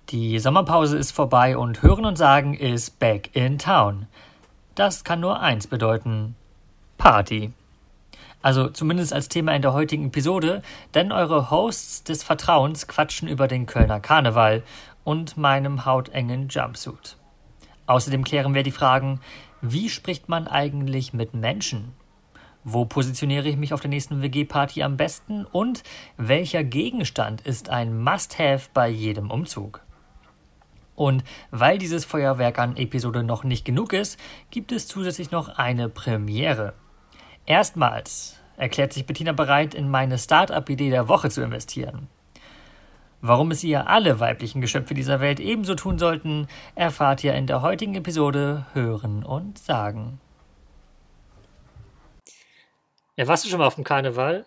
Die Sommerpause ist vorbei und Hören und Sagen ist back in town. Das kann nur eins bedeuten: Party. Also zumindest als Thema in der heutigen Episode, denn eure Hosts des Vertrauens quatschen über den Kölner Karneval und meinem hautengen Jumpsuit. Außerdem klären wir die Fragen: Wie spricht man eigentlich mit Menschen? Wo positioniere ich mich auf der nächsten WG-Party am besten? Und welcher Gegenstand ist ein Must-Have bei jedem Umzug? Und weil dieses Feuerwerk an Episode noch nicht genug ist, gibt es zusätzlich noch eine Premiere. Erstmals erklärt sich Bettina bereit, in meine Start-up-Idee der Woche zu investieren. Warum es ihr alle weiblichen Geschöpfe dieser Welt ebenso tun sollten, erfahrt ihr in der heutigen Episode Hören und Sagen. Ja, warst du schon mal auf dem Karneval?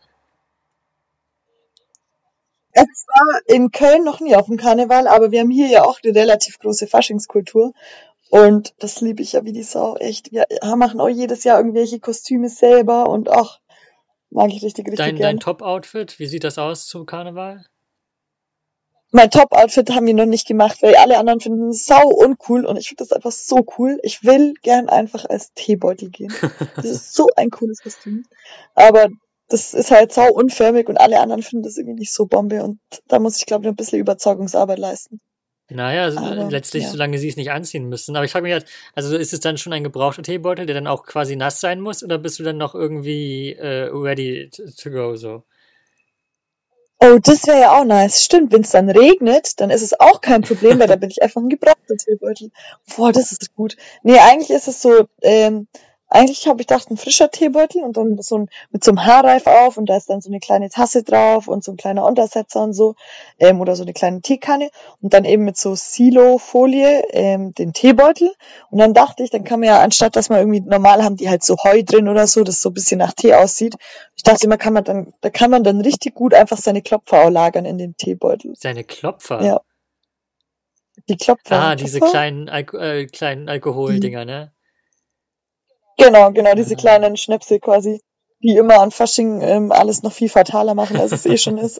Ich war in Köln noch nie auf dem Karneval, aber wir haben hier ja auch eine relativ große Faschingskultur. Und das liebe ich ja wie die Sau, echt. Wir machen auch jedes Jahr irgendwelche Kostüme selber und auch mag ich richtig Dein gern. Top-Outfit, wie sieht das aus zum Karneval? Mein Top-Outfit haben wir noch nicht gemacht, weil alle anderen finden es sau uncool und ich finde das einfach so cool. Ich will gern einfach als Teebeutel gehen. Das ist so ein cooles Kostüm. Aber das ist halt sau unförmig und alle anderen finden das irgendwie nicht so Bombe und da muss ich, glaube ich, ein bisschen Überzeugungsarbeit leisten. Naja, Aber, letztlich, ja. solange sie es nicht anziehen müssen. Aber ich frage mich halt, also ist es dann schon ein gebrauchter Teebeutel, der dann auch quasi nass sein muss, oder bist du dann noch irgendwie ready to go so? Oh, das wäre ja auch nice. Stimmt, wenn es dann regnet, dann ist es auch kein Problem, weil dann bin ich einfach ein gebrauchter Teebeutel. Boah, das ist gut. Nee, eigentlich ist es so, eigentlich habe ich gedacht, ein frischer Teebeutel und dann so mit so einem Haarreif auf und da ist dann so eine kleine Tasse drauf und so ein kleiner Untersetzer und so, oder so eine kleine Teekanne und dann eben mit so Silo-Folie, den Teebeutel und dann dachte ich, dann kann man ja, anstatt dass man irgendwie, normal haben die halt so Heu drin oder so, das so ein bisschen nach Tee aussieht. Ich dachte immer, da kann man dann richtig gut einfach seine Klopfer auch lagern in den Teebeutel. Seine Klopfer? Ja. Die Klopfer. Ah, diese kleinen Alkoholdinger, ne? Genau, diese kleinen Schnäpse quasi, die immer an Fasching alles noch viel fataler machen, als es schon ist.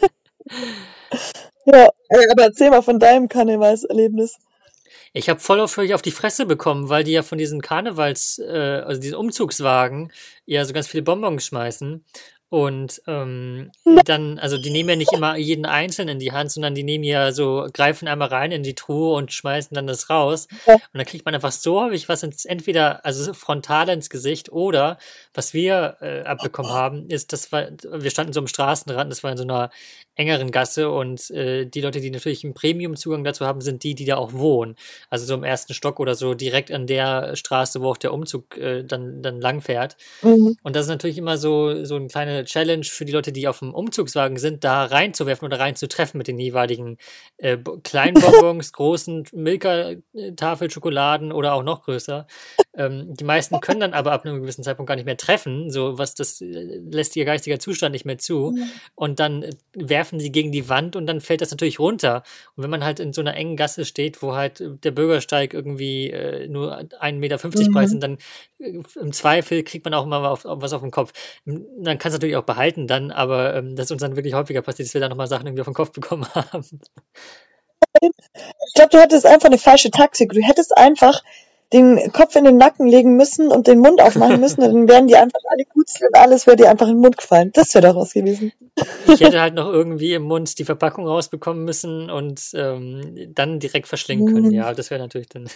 Ja, aber erzähl mal von deinem Karnevalserlebnis. Ich habe voll auf die Fresse bekommen, weil die ja von diesen also diesen Umzugswagen, ja so ganz viele Bonbons schmeißen. Und dann, also die nehmen ja nicht immer jeden einzeln in die Hand, sondern die nehmen ja so, greifen einmal rein in die Truhe und schmeißen dann das raus. Ja. Und dann kriegt man einfach so häufig was entweder also frontal ins Gesicht oder was wir abbekommen haben, ist, wir standen so am Straßenrand, das war in so einer engeren Gasse und die Leute, die natürlich einen Premium-Zugang dazu haben, sind die da auch wohnen. Also so im ersten Stock oder so direkt an der Straße, wo auch der Umzug dann lang fährt. Mhm. Und das ist natürlich immer so eine kleine Challenge für die Leute, die auf dem Umzugswagen sind, da reinzuwerfen oder reinzutreffen mit den jeweiligen kleinen Bonbons, großen Milka-Tafel-Schokoladen oder auch noch größer. Die meisten können dann aber ab einem gewissen Zeitpunkt gar nicht mehr treffen, das lässt ihr geistiger Zustand nicht mehr zu. Mhm. Und dann werfen sie gegen die Wand und dann fällt das natürlich runter. Und wenn man halt in so einer engen Gasse steht, wo halt der Bürgersteig irgendwie nur 1,50 Meter breit sind, dann im Zweifel kriegt man auch immer was auf den Kopf. Man kann es natürlich auch behalten dann, aber das ist uns dann wirklich häufiger passiert, dass wir da nochmal Sachen irgendwie auf den Kopf bekommen haben. Ich glaube, du hattest einfach eine falsche Taktik. Du hättest einfach den Kopf in den Nacken legen müssen und den Mund aufmachen müssen und dann wären die einfach alle Kutzeln und alles wäre dir einfach in den Mund gefallen. Das wäre daraus gewesen. Ich hätte halt noch irgendwie im Mund die Verpackung rausbekommen müssen und dann direkt verschlingen können. Ja, das wäre natürlich dann...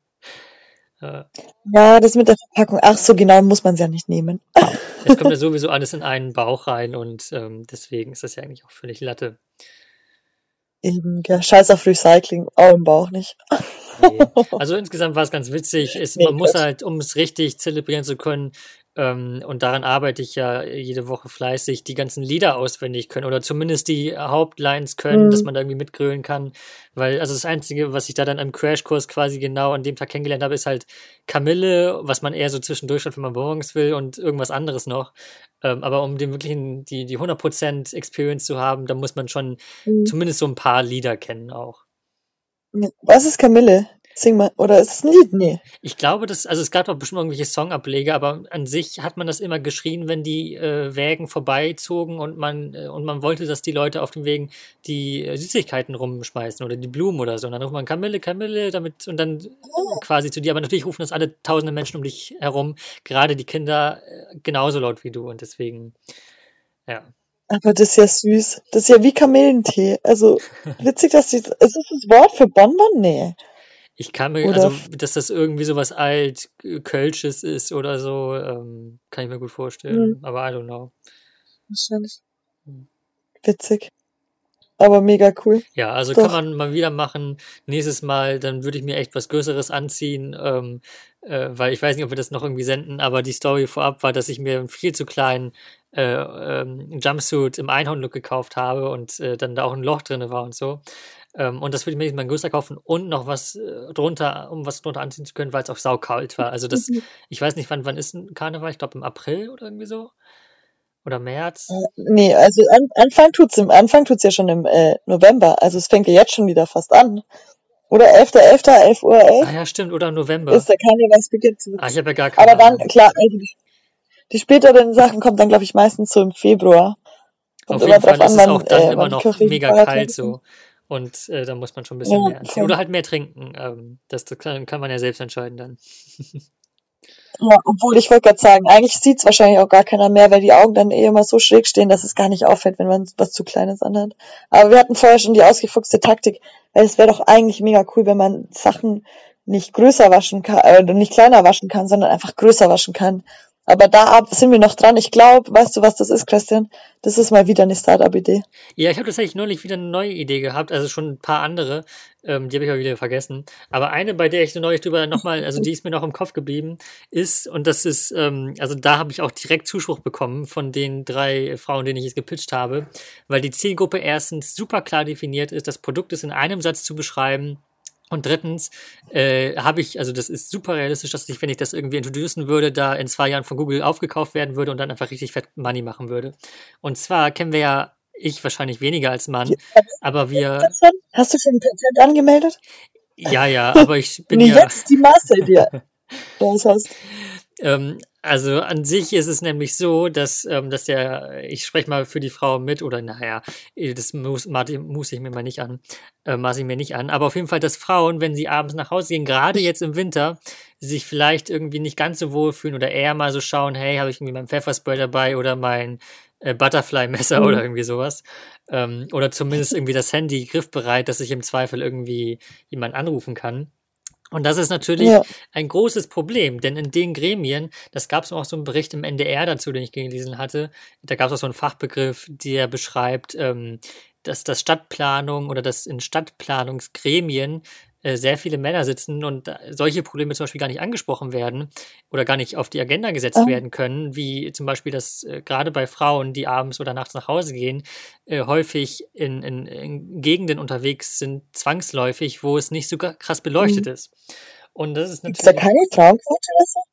Ja, das mit der Verpackung, ach so genau muss man es ja nicht nehmen. Es kommt ja sowieso alles in einen Bauch rein und deswegen ist das ja eigentlich auch völlig Latte. Eben, ja, scheiß auf Recycling, auch im Bauch nicht. Nee. Also insgesamt war es ganz witzig. Man muss halt, um es richtig zelebrieren zu können, und daran arbeite ich ja jede Woche fleißig, die ganzen Lieder auswendig können oder zumindest die Hauptlines können, dass man da irgendwie mitgrölen kann. Weil, also das Einzige, was ich da dann im Crashkurs quasi genau an dem Tag kennengelernt habe, ist halt Kamille, was man eher so zwischendurch schaut, wenn man Bonbons will und irgendwas anderes noch. Aber um den wirklichen, die 100% Experience zu haben, da muss man schon zumindest so ein paar Lieder kennen auch. Was ist Kamille? Sing mal. Oder ist es ein Lied? Nee. Ich glaube, also es gab doch bestimmt irgendwelche Songableger, aber an sich hat man das immer geschrien, wenn die Wägen vorbeizogen und man wollte, dass die Leute auf den Wegen die Süßigkeiten rumschmeißen oder die Blumen oder so. Und dann ruft man Kamille, Kamille, damit und dann quasi zu dir. Aber natürlich rufen das alle tausende Menschen um dich herum, gerade die Kinder genauso laut wie du. Und deswegen, ja. Aber das ist ja süß. Das ist ja wie Kamillentee. Also witzig, dass ist das Wort für Bonbon? Nee. Ich kann mir, Oder also, dass das irgendwie sowas Kölsches ist oder so, kann ich mir gut vorstellen. Aber I don't know. wahrscheinlich witzig. Aber mega cool. Ja, also kann Doch. man mal wieder machen. Nächstes Mal, dann würde ich mir echt was Größeres anziehen, weil ich weiß nicht, ob wir das noch irgendwie senden, aber die Story vorab war, dass ich mir einen viel zu kleinen Jumpsuit im Einhorn-Look gekauft habe und dann da auch ein Loch drin war und so. Und das würde ich mir nächstes Mal größer kaufen und noch was drunter, um was drunter anziehen zu können, weil es auch saukalt war. Also das, ich weiß nicht, wann ist ein Karneval? Ich glaube im April oder irgendwie so. Oder März. Nee, also Anfang tut's ja schon im November. Also es fängt ja jetzt schon wieder fast an. Oder 11.11., 11 Uhr Ah 11 ja, stimmt, oder im November. ist der Karnevalsbeginn. Ah, ich habe ja gar keine Aber dann, Ahnung. klar, also die späteren Sachen kommen dann, glaube ich, meistens so im Februar. Kommt Auf immer jeden drauf Fall ist an, es auch dann wann immer die noch kirchlichen mega kalt Feiertage sind. so. Und da muss man schon ein Ja, bisschen mehr anziehen. voll. Oder halt mehr trinken. Das kann man ja selbst entscheiden dann. Ja, obwohl ich wollte gerade sagen, eigentlich sieht's wahrscheinlich auch gar keiner mehr, weil die Augen dann eh immer so schräg stehen, dass es gar nicht auffällt, wenn man was zu Kleines anhat. Aber wir hatten vorher schon die ausgefuchste Taktik, weil es wäre doch eigentlich mega cool, wenn man Sachen nicht größer waschen kann, nicht kleiner waschen kann, sondern einfach größer waschen kann. Aber da sind wir noch dran. Ich glaube, weißt du, was das ist, Christian? Das ist mal wieder eine Start-up-Idee. Ja, ich habe tatsächlich neulich wieder eine neue Idee gehabt, also schon ein paar andere, die habe ich aber wieder vergessen. Aber eine, bei der ich so neulich drüber nochmal, also die ist mir noch im Kopf geblieben, ist, und das ist, also da habe ich auch direkt Zuspruch bekommen von den 3 Frauen, denen ich es gepitcht habe, weil die Zielgruppe erstens super klar definiert ist, das Produkt ist in einem Satz zu beschreiben. Und drittens habe ich, also das ist super realistisch, dass ich, wenn ich das irgendwie introducen würde, da in 2 Jahren von Google aufgekauft werden würde und dann einfach richtig fett Money machen würde. Und zwar kennen wir ja, ich wahrscheinlich weniger als Mann, aber wir, Hast du schon ein Patent angemeldet? ja, aber ich bin Nee, ja, jetzt die Master-Idee raus hast. Also an sich ist es nämlich so, dass ich spreche mal für die Frau mit, oder naja, das muss ich mir mal nicht an, maße ich mir nicht an, aber auf jeden Fall, dass Frauen, wenn sie abends nach Hause gehen, gerade jetzt im Winter, sich vielleicht irgendwie nicht ganz so wohl fühlen oder eher mal so schauen, hey, habe ich irgendwie mein Pfefferspray dabei oder mein Butterfly-Messer oder irgendwie sowas. Oder zumindest irgendwie das Handy griffbereit, dass ich im Zweifel irgendwie jemanden anrufen kann. Und das ist natürlich Ja. ein großes Problem, denn in den Gremien, das gab es auch so einen Bericht im NDR dazu, den ich gelesen hatte, da gab es auch so einen Fachbegriff, der beschreibt, dass das Stadtplanung oder dass in Stadtplanungsgremien sehr viele Männer sitzen und solche Probleme zum Beispiel gar nicht angesprochen werden oder gar nicht auf die Agenda gesetzt Ah, werden können, wie zum Beispiel, dass gerade bei Frauen, die abends oder nachts nach Hause gehen, häufig in Gegenden unterwegs sind, zwangsläufig, wo es nicht so krass beleuchtet ist. Und das ist gibt's da natürlich. keine Frauenquote oder so?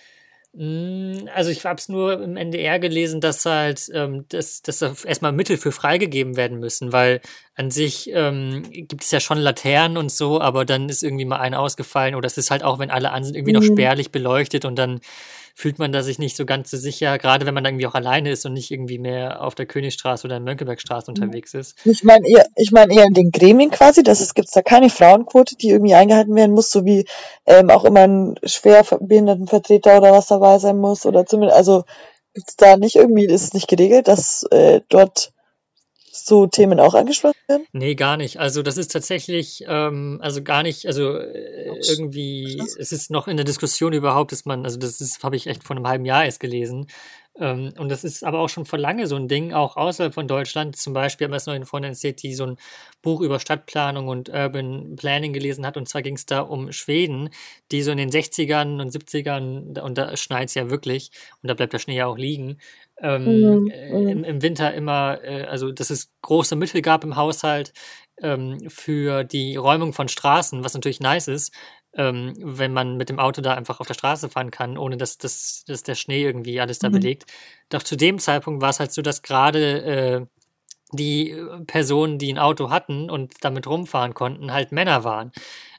Also ich habe es nur im NDR gelesen, dass halt, dass da erstmal Mittel für freigegeben werden müssen, weil an sich gibt es ja schon Laternen und so, aber dann ist irgendwie mal eine ausgefallen oder es ist halt auch, wenn alle an sind, irgendwie noch Mhm. spärlich beleuchtet und dann fühlt man da sich nicht so ganz so sicher, gerade wenn man da irgendwie auch alleine ist und nicht irgendwie mehr auf der Königstraße oder in Mönckebergstraße unterwegs ist. Ich meine eher in den Gremien quasi, gibt's da keine Frauenquote, die irgendwie eingehalten werden muss, so wie auch immer ein Schwerbehindertenvertreter oder was dabei sein muss oder zumindest, also gibt's da nicht irgendwie, ist es nicht geregelt, dass dort so Themen auch angesprochen werden? Nee, gar nicht. Also das ist tatsächlich, also gar nicht, also irgendwie, Krass. es ist noch in der Diskussion überhaupt, dass man, also das ist, habe ich echt vor einem halben Jahr erst gelesen. Und das ist aber auch schon vor lange so ein Ding, auch außerhalb von Deutschland. Zum Beispiel haben wir es noch in Freundin erzählt, die so ein Buch über Stadtplanung und Urban Planning gelesen hat. Und zwar ging es da um Schweden, die so in den 60ern und 70ern, und da schneit es ja wirklich, und da bleibt der Schnee ja auch liegen, Mhm. Mhm. im Winter immer, also dass es große Mittel gab im Haushalt für die Räumung von Straßen, was natürlich nice ist, wenn man mit dem Auto da einfach auf der Straße fahren kann, ohne dass der Schnee irgendwie alles da Mhm. belegt. Doch zu dem Zeitpunkt war es halt so, dass gerade die Personen, die ein Auto hatten und damit rumfahren konnten, halt Männer waren.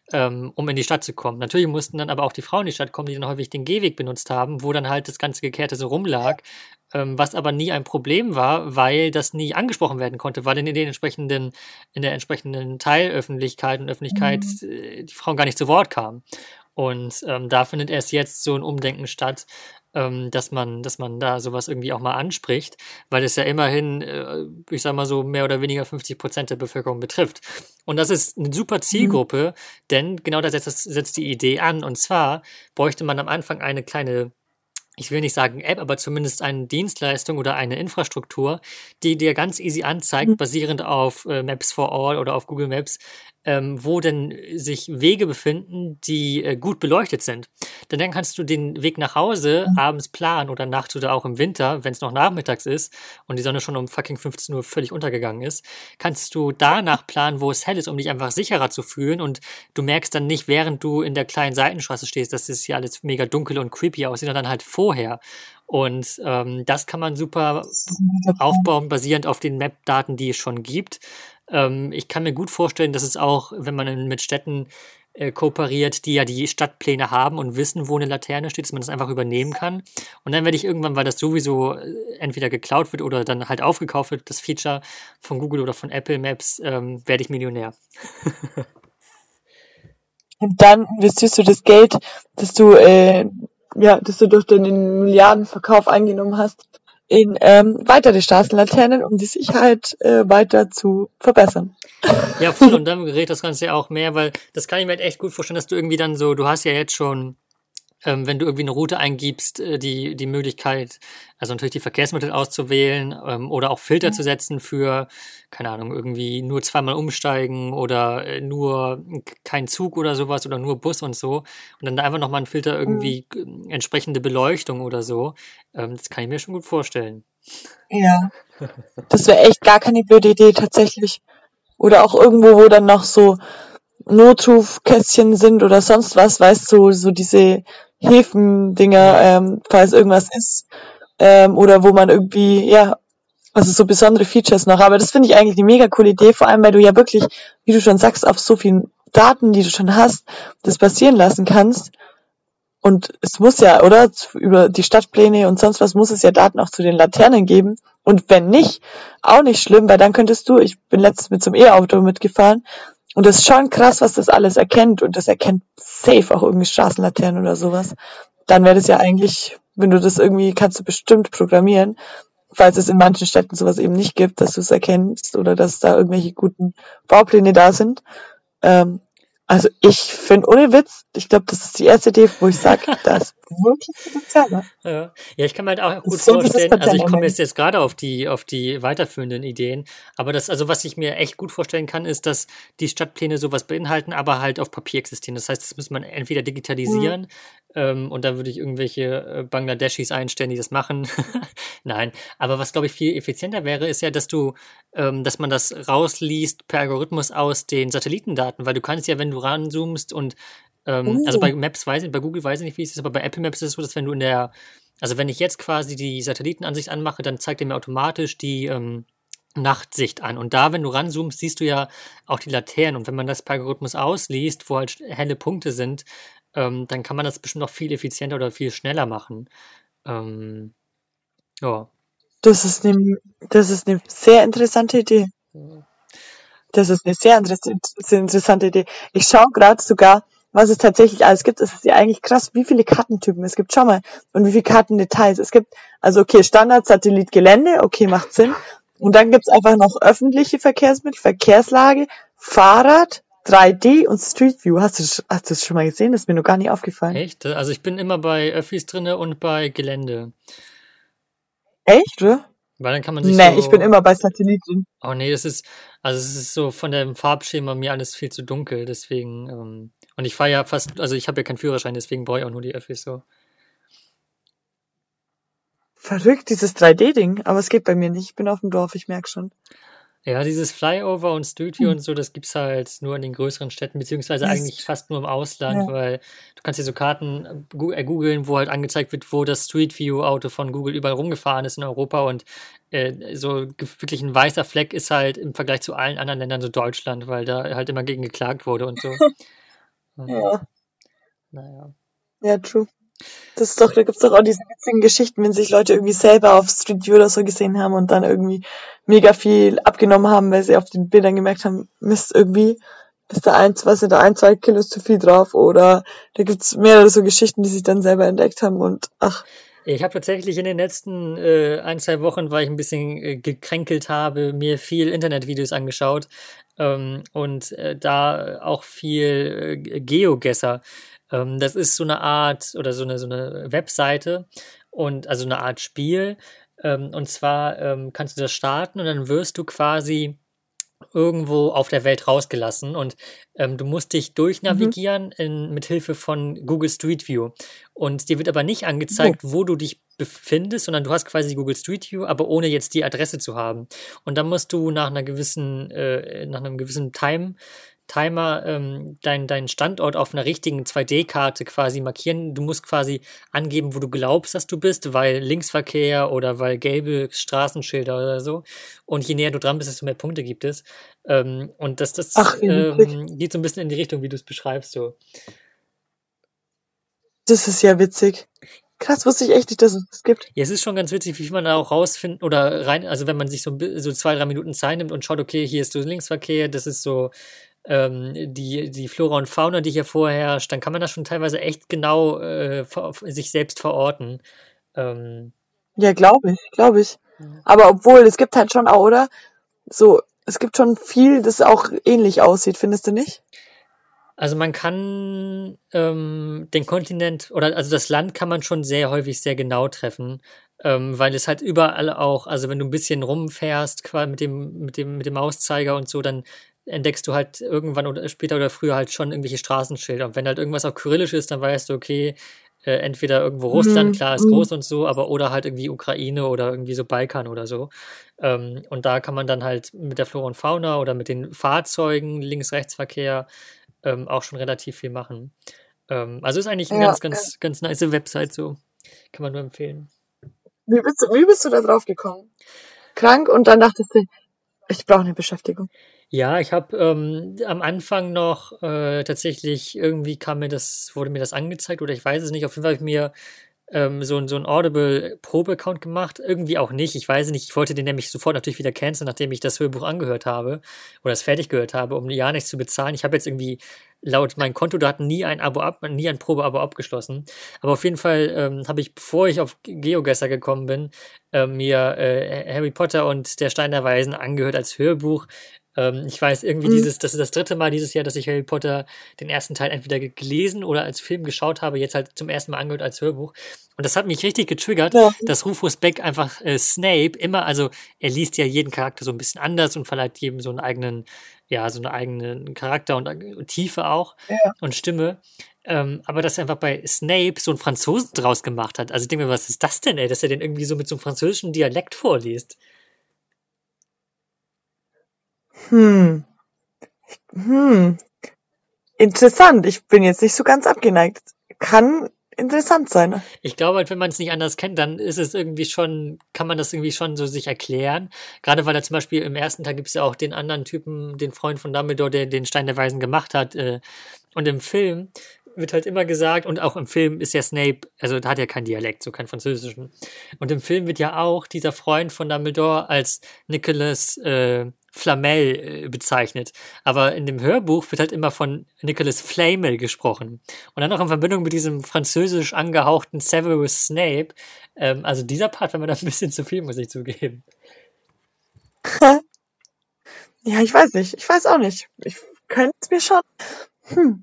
um in die Stadt zu kommen. Natürlich mussten dann aber auch die Frauen in die Stadt kommen, die dann häufig den Gehweg benutzt haben, wo dann halt das ganze Gekehrte so rumlag, was aber nie ein Problem war, weil das nie angesprochen werden konnte, weil in der entsprechenden Teilöffentlichkeit und Öffentlichkeit Mhm. die Frauen gar nicht zu Wort kamen. Und da findet erst jetzt so ein Umdenken statt, dass man da sowas irgendwie auch mal anspricht, weil es ja immerhin, ich sag mal so, mehr oder weniger 50% der Bevölkerung betrifft. Und das ist eine super Mhm. Zielgruppe, denn genau da setzt die Idee an. Und zwar bräuchte man am Anfang eine kleine, ich will nicht sagen App, aber zumindest eine Dienstleistung oder eine Infrastruktur, die dir ganz easy anzeigt, Mhm. basierend auf Maps for All oder auf Google Maps, wo denn sich Wege befinden, die gut beleuchtet sind. Denn dann kannst du den Weg nach Hause abends planen oder nachts oder auch im Winter, wenn es noch nachmittags ist und die Sonne schon um fucking 15 Uhr völlig untergegangen ist, kannst du danach planen, wo es hell ist, um dich einfach sicherer zu fühlen und du merkst dann nicht, während du in der kleinen Seitenstraße stehst, dass es hier alles mega dunkel und creepy aussieht, sondern halt vorher. Und das kann man super Das ist ein guter Plan. aufbauen, basierend auf den Map-Daten, die es schon gibt. Ich kann mir gut vorstellen, dass es auch, wenn man mit Städten kooperiert, die ja die Stadtpläne haben und wissen, wo eine Laterne steht, dass man das einfach übernehmen kann. Und dann werde ich irgendwann, weil das sowieso entweder geklaut wird oder dann halt aufgekauft wird, das Feature von Google oder von Apple Maps, werde ich Millionär. Und dann investierst du das Geld, das du, das du durch den Milliardenverkauf eingenommen hast, in weitere Straßenlaternen, um die Sicherheit weiter zu verbessern. Ja, voll. Und dann gerät das Ganze ja auch mehr, weil das kann ich mir halt echt gut vorstellen, dass du irgendwie dann so, du hast ja jetzt schon wenn du irgendwie eine Route eingibst, die Möglichkeit, also natürlich die Verkehrsmittel auszuwählen oder auch Filter zu setzen für, keine Ahnung, irgendwie nur zweimal umsteigen oder nur kein Zug oder sowas oder nur Bus und so. Und dann da einfach nochmal ein Filter Mhm. irgendwie entsprechende Beleuchtung oder so. Das kann ich mir schon gut vorstellen. Ja, das wäre echt gar keine blöde Idee tatsächlich. Oder auch irgendwo, wo dann noch so Notrufkästchen sind oder sonst was, weißt du, so diese Häfen-Dinger, Ja. falls irgendwas ist, oder wo man irgendwie, ja, also so besondere Features noch. Aber das finde ich eigentlich eine mega coole Idee, vor allem weil du ja wirklich, wie du schon sagst, auf so vielen Daten, die du schon hast, das basieren lassen kannst. Und es muss ja, oder? Über die Stadtpläne und sonst was muss es ja Daten auch zu den Laternen geben. Und wenn nicht, auch nicht schlimm, weil dann könntest du, ich bin letztens mit so einem E-Auto mitgefahren und das ist schon krass, was das alles erkennt und das erkennt safe auch irgendwie Straßenlaternen oder sowas. Dann wäre das ja eigentlich, wenn du das irgendwie, kannst du bestimmt programmieren, falls es in manchen Städten sowas eben nicht gibt, dass du es erkennst oder dass da irgendwelche guten Baupläne da sind. Ähm, also ich finde, ohne Witz, ich glaube, das ist die erste Idee, wo ich sage, da ist wirklich Potenzial da. Ja. Ja, ich kann mir halt auch Das gut sollte das vorstellen, also Patent ich komme anmelden. jetzt gerade auf die weiterführenden Ideen, aber das, also was ich mir echt gut vorstellen kann, ist, dass die Stadtpläne sowas beinhalten, aber halt auf Papier existieren. Das heißt, das muss man entweder Mhm. digitalisieren, und da würde ich irgendwelche Bangladeschis einstellen, die das machen. Nein, aber was glaube ich viel effizienter wäre, ist ja, dass man das rausliest per Algorithmus aus den Satellitendaten, weil du kannst ja, wenn du ranzoomst und also Oh, bei Maps weiß ich, bei Google weiß ich nicht, wie es ist, aber bei Apple Maps ist es so, dass wenn du also wenn ich jetzt quasi die Satellitenansicht anmache, dann zeigt er mir automatisch die Nachtsicht an. Und da, wenn du ranzoomst, siehst du ja auch die Laternen. Und wenn man das per Algorithmus ausliest, wo halt helle Punkte sind, dann kann man das bestimmt noch viel effizienter oder viel schneller machen. Ähm, ja. das ist eine sehr interessante Idee. Das ist eine sehr interessante Idee. Ich schaue gerade sogar, was es tatsächlich alles gibt. Es ist ja eigentlich krass, wie viele Kartentypen es gibt. Schau mal. Und wie viele Kartendetails es gibt. Also okay, Standard, Satellit, Gelände, okay, macht Sinn. Und dann gibt's einfach noch öffentliche Verkehrsmittel, Verkehrslage, Fahrrad, 3D und Street View. Hast du das schon mal gesehen? Das ist mir noch gar nicht aufgefallen. Echt? Also ich bin immer bei Öffis drinne und bei Gelände. Echt, oder? Weil dann kann man sich Nee, ich bin so. immer bei Satellit drin. Oh nee, also es ist so von dem Farbschema mir alles viel zu dunkel, deswegen, und ich fahre ja fast, also ich habe ja keinen Führerschein, deswegen brauche ich auch nur die Öffis so. Verrückt, dieses 3D-Ding. Aber es geht bei mir nicht. Ich bin auf dem Dorf, ich merke schon. Ja, dieses Flyover und Street View Hm. und so, das gibt's halt nur in den größeren Städten, beziehungsweise Yes. eigentlich fast nur im Ausland, Ja. weil du kannst dir so Karten googeln, wo halt angezeigt wird, wo das Street View Auto von Google überall rumgefahren ist in Europa und wirklich ein weißer Fleck ist halt im Vergleich zu allen anderen Ländern so Deutschland, weil da halt immer gegen geklagt wurde und so. Ja, Naja. ja, true. Da gibt's doch auch diese witzigen Geschichten, wenn sich Leute irgendwie selber auf Street View oder so gesehen haben und dann irgendwie mega viel abgenommen haben, weil sie auf den Bildern gemerkt haben, Mist, irgendwie ist da 1, 2 Kilos zu viel drauf, oder da gibt's mehrere so Geschichten, die sich dann selber entdeckt haben und ach, Ich habe tatsächlich in den letzten 1, 2 Wochen, weil ich ein bisschen gekränkelt habe, mir viel Internetvideos angeschaut und da auch viel GeoGuessr. Das ist so eine Art oder so eine Webseite und also eine Art Spiel. Und zwar kannst du das starten und dann wirst du quasi irgendwo auf der Welt rausgelassen und du musst dich mhm. durchnavigieren mit Hilfe von Google Street View. Und dir wird aber nicht Oh, angezeigt, wo du dich befindest, sondern du hast quasi Google Street View, aber ohne jetzt die Adresse zu haben. Und dann musst du nach einem gewissen Timer deinen Standort auf einer richtigen 2D-Karte quasi markieren. Du musst quasi angeben, wo du glaubst, dass du bist, weil Linksverkehr oder weil gelbe Straßenschilder oder so. Und je näher du dran bist, desto mehr Punkte gibt es. Und das ach, wie witzig. geht so ein bisschen in die Richtung, wie du es beschreibst. So. Das ist ja witzig. Krass, wusste ich echt nicht, dass es das gibt. Ja, es ist schon ganz witzig, wie viel man da auch rausfindet oder rein, also wenn man sich so 2, 3 Minuten Zeit nimmt und schaut, okay, hier ist so Linksverkehr, das ist so die Flora und Fauna, die hier vorherrscht, dann kann man das schon teilweise echt genau sich selbst verorten. Ähm, Ja, glaube ich, glaube ich. ja. Aber obwohl, es gibt halt schon auch, oder? So, es gibt schon viel, das auch ähnlich aussieht, findest du nicht? Also man kann den Kontinent oder also das Land kann man schon sehr häufig sehr genau treffen, weil es halt überall auch, also wenn du ein bisschen rumfährst, quasi mit dem Mauszeiger und so, dann entdeckst du halt irgendwann oder später oder früher halt schon irgendwelche Straßenschilder. Und wenn halt irgendwas auf Kyrillisch ist, dann weißt du, okay, entweder irgendwo Russland, Mhm. klar, ist Mhm. groß und so, aber oder halt irgendwie Ukraine oder irgendwie so Balkan oder so. Und da kann man dann halt mit der Flora und Fauna oder mit den Fahrzeugen, Links-Rechts-Verkehr auch schon relativ viel machen. Also ist eigentlich eine Ja, ganz, ja. ganz, ganz nice Website, so. Kann man nur empfehlen. Wie bist du da drauf gekommen? Krank und dann dachtest du, ich brauche eine Beschäftigung. Ja, ich habe am Anfang noch tatsächlich irgendwie wurde mir das angezeigt oder ich weiß es nicht. Auf jeden Fall habe ich mir so ein Audible-Probe-Account gemacht. Irgendwie auch nicht. Ich weiß es nicht. Ich wollte den nämlich sofort natürlich wieder canceln, nachdem ich das Hörbuch angehört habe oder es fertig gehört habe, um ja nichts zu bezahlen. Ich habe jetzt irgendwie laut meinen Kontodaten nie ein Probeabo abgeschlossen. Aber auf jeden Fall habe ich, bevor ich auf GeoGuessr gekommen bin, mir Harry Potter und der Stein der Weisen angehört als Hörbuch. Ich weiß irgendwie Mhm. das ist das dritte Mal dieses Jahr, dass ich Harry Potter den ersten Teil entweder gelesen oder als Film geschaut habe, jetzt halt zum ersten Mal angehört als Hörbuch. Und das hat mich richtig getriggert, Ja, dass Rufus Beck einfach Snape immer, also er liest ja jeden Charakter so ein bisschen anders und verleiht jedem so einen eigenen Charakter und Tiefe auch ja. und Stimme. Aber dass er einfach bei Snape so einen Franzosen draus gemacht hat. Also ich denke mir, was ist das denn, ey, dass er den irgendwie so mit so einem französischen Dialekt vorliest? Hm. Hm. Interessant. Ich bin jetzt nicht so ganz abgeneigt. Kann interessant sein. Ne? Ich glaube halt, wenn man es nicht anders kennt, dann ist es irgendwie schon, kann man das irgendwie schon so sich erklären. Gerade weil er zum Beispiel im ersten Teil gibt es ja auch den anderen Typen, den Freund von Dumbledore, der den Stein der Weisen gemacht hat. Und im Film wird halt immer gesagt, und auch im Film ist ja Snape, also da hat er keinen Dialekt, so keinen französischen. Und im Film wird ja auch dieser Freund von Dumbledore als Nicolas Flamel bezeichnet. Aber in dem Hörbuch wird halt immer von Nicolas Flamel gesprochen. Und dann noch in Verbindung mit diesem französisch angehauchten Severus Snape. Also dieser Part war mir da ein bisschen zu viel, muss ich zugeben. Ja, ich weiß nicht. Ich weiß auch nicht. Ich könnte es mir schon. Hm.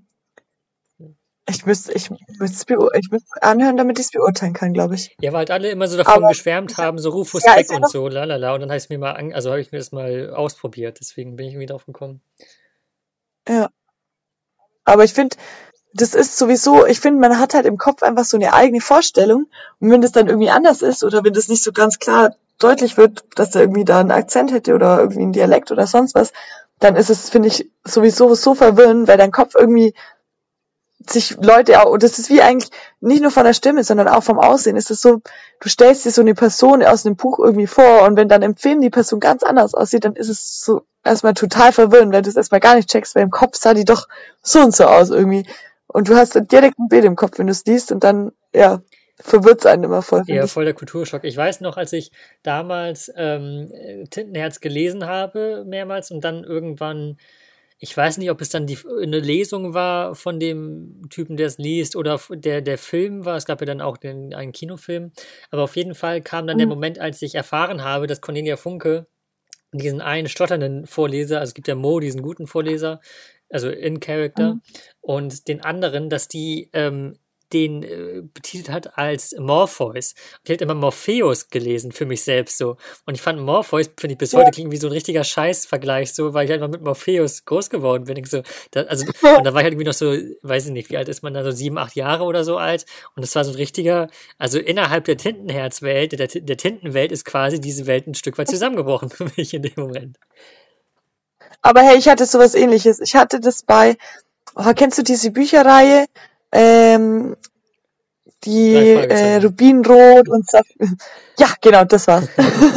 Ich müsste anhören, damit ich es beurteilen kann, glaube ich. Ja, weil halt alle immer so davon Aber geschwärmt haben, so Rufus ja, Beck ist ja und noch. so, lalala. Und dann also habe ich mir das mal ausprobiert. Deswegen bin ich irgendwie drauf gekommen. Ja. Aber ich finde, das ist sowieso, ich finde, man hat halt im Kopf einfach so eine eigene Vorstellung. Und wenn das dann irgendwie anders ist oder wenn das nicht so ganz klar deutlich wird, dass er irgendwie da einen Akzent hätte oder irgendwie einen Dialekt oder sonst was, dann ist es, finde ich, sowieso so verwirrend, weil dein Kopf irgendwie sich Leute auch, und das ist wie eigentlich nicht nur von der Stimme, sondern auch vom Aussehen, ist es so, du stellst dir so eine Person aus einem Buch irgendwie vor und wenn dann im Film die Person ganz anders aussieht, dann ist es so erstmal total verwirrend, weil du es erstmal gar nicht checkst, weil im Kopf sah die doch so und so aus irgendwie. Und du hast dann direkt ein Bild im Kopf, wenn du es liest und dann, ja, verwirrt es einen immer voll, finde Ja, ich. voll der Kulturschock. Ich weiß noch, als ich damals Tintenherz gelesen habe, mehrmals und dann irgendwann, ich weiß nicht, ob es dann eine Lesung war von dem Typen, der es liest, oder der Film war. Es gab ja dann auch einen Kinofilm. Aber auf jeden Fall kam dann der Mhm. Moment, als ich erfahren habe, dass Cornelia Funke diesen einen stotternden Vorleser, also es gibt ja Mo, diesen guten Vorleser, also in Character, Mhm. und den anderen, dass die den betitelt hat als Morpheus. Ich hätte immer Morpheus gelesen für mich selbst so. Und ich fand Morpheus, finde ich bis heute klingt wie so ein richtiger Scheißvergleich, so, weil ich halt mal mit Morpheus groß geworden bin. Ich so, und da war ich halt irgendwie noch so, weiß ich nicht, wie alt ist man da, so 7, 8 Jahre oder so alt. Und das war so ein richtiger, also innerhalb der Tintenherzwelt, der Tintenwelt ist quasi diese Welt ein Stück weit zusammengebrochen für mich in dem Moment. Aber hey, ich hatte sowas ähnliches. Ich hatte das bei, kennst du diese Bücherreihe? Ähm, die Drei Fragezeichen. Rubinrot und Saphir. Ja, genau, das war's.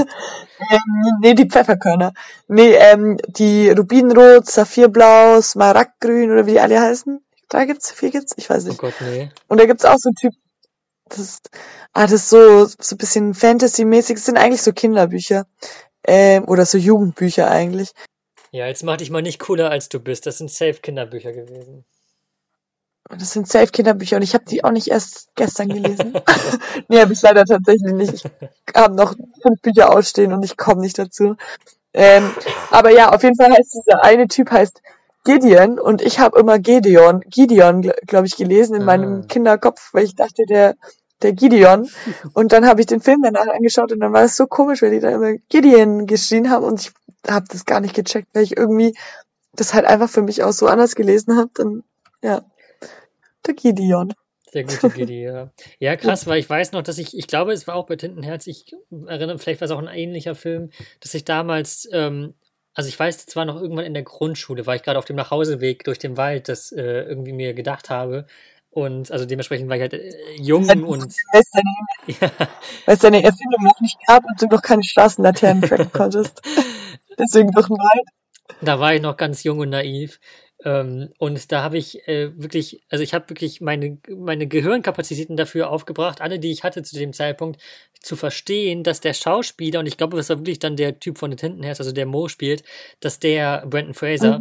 Nee, die Pfefferkörner. Nee, die Rubinrot, Saphirblau, Smaragdgrün oder wie die alle heißen. 3 gibt's, 4 gibt's, ich weiß Oh nicht. Gott, nee. Und da gibt's auch so einen Typ, das ist so ein bisschen Fantasy-mäßig. Das sind eigentlich so Kinderbücher. Oder so Jugendbücher eigentlich. Ja, jetzt mach dich mal nicht cooler, als du bist. Das sind safe Kinderbücher gewesen. Das sind safe Kinderbücher und ich habe die auch nicht erst gestern gelesen. Nee, habe ich leider tatsächlich nicht. Ich habe noch 5 Bücher ausstehen und ich komme nicht dazu. Aber ja, auf jeden Fall heißt dieser eine Typ heißt Gideon und ich habe immer Gideon, glaube ich, gelesen in meinem Ah. Kinderkopf, weil ich dachte, der Gideon. Und dann habe ich den Film danach angeschaut und dann war es so komisch, weil die da immer Gideon geschrien haben und ich habe das gar nicht gecheckt, weil ich irgendwie das halt einfach für mich auch so anders gelesen habe. Dann, ja, der Gideon. Der gute Giddy, ja. Ja, krass, weil ich weiß noch, dass ich glaube, es war auch bei Tintenherz, ich erinnere, vielleicht war es auch ein ähnlicher Film, dass ich damals, also ich weiß, es war noch irgendwann in der Grundschule, war ich gerade auf dem Nachhauseweg durch den Wald, das irgendwie mir gedacht habe. Und also dementsprechend war ich halt jung und Weil ja, es deine Erfindung noch nicht gab und du noch keine Straßenlaternen tracken konntest. Deswegen durch den Wald. da war ich noch ganz jung und naiv. Und da habe ich wirklich, also ich habe wirklich meine Gehirnkapazitäten dafür aufgebracht, alle, die ich hatte zu dem Zeitpunkt, zu verstehen, dass der Schauspieler, und ich glaube, das war wirklich dann der Typ von den Tintenherz, also der Mo spielt, dass der, Brendan Fraser, Mhm.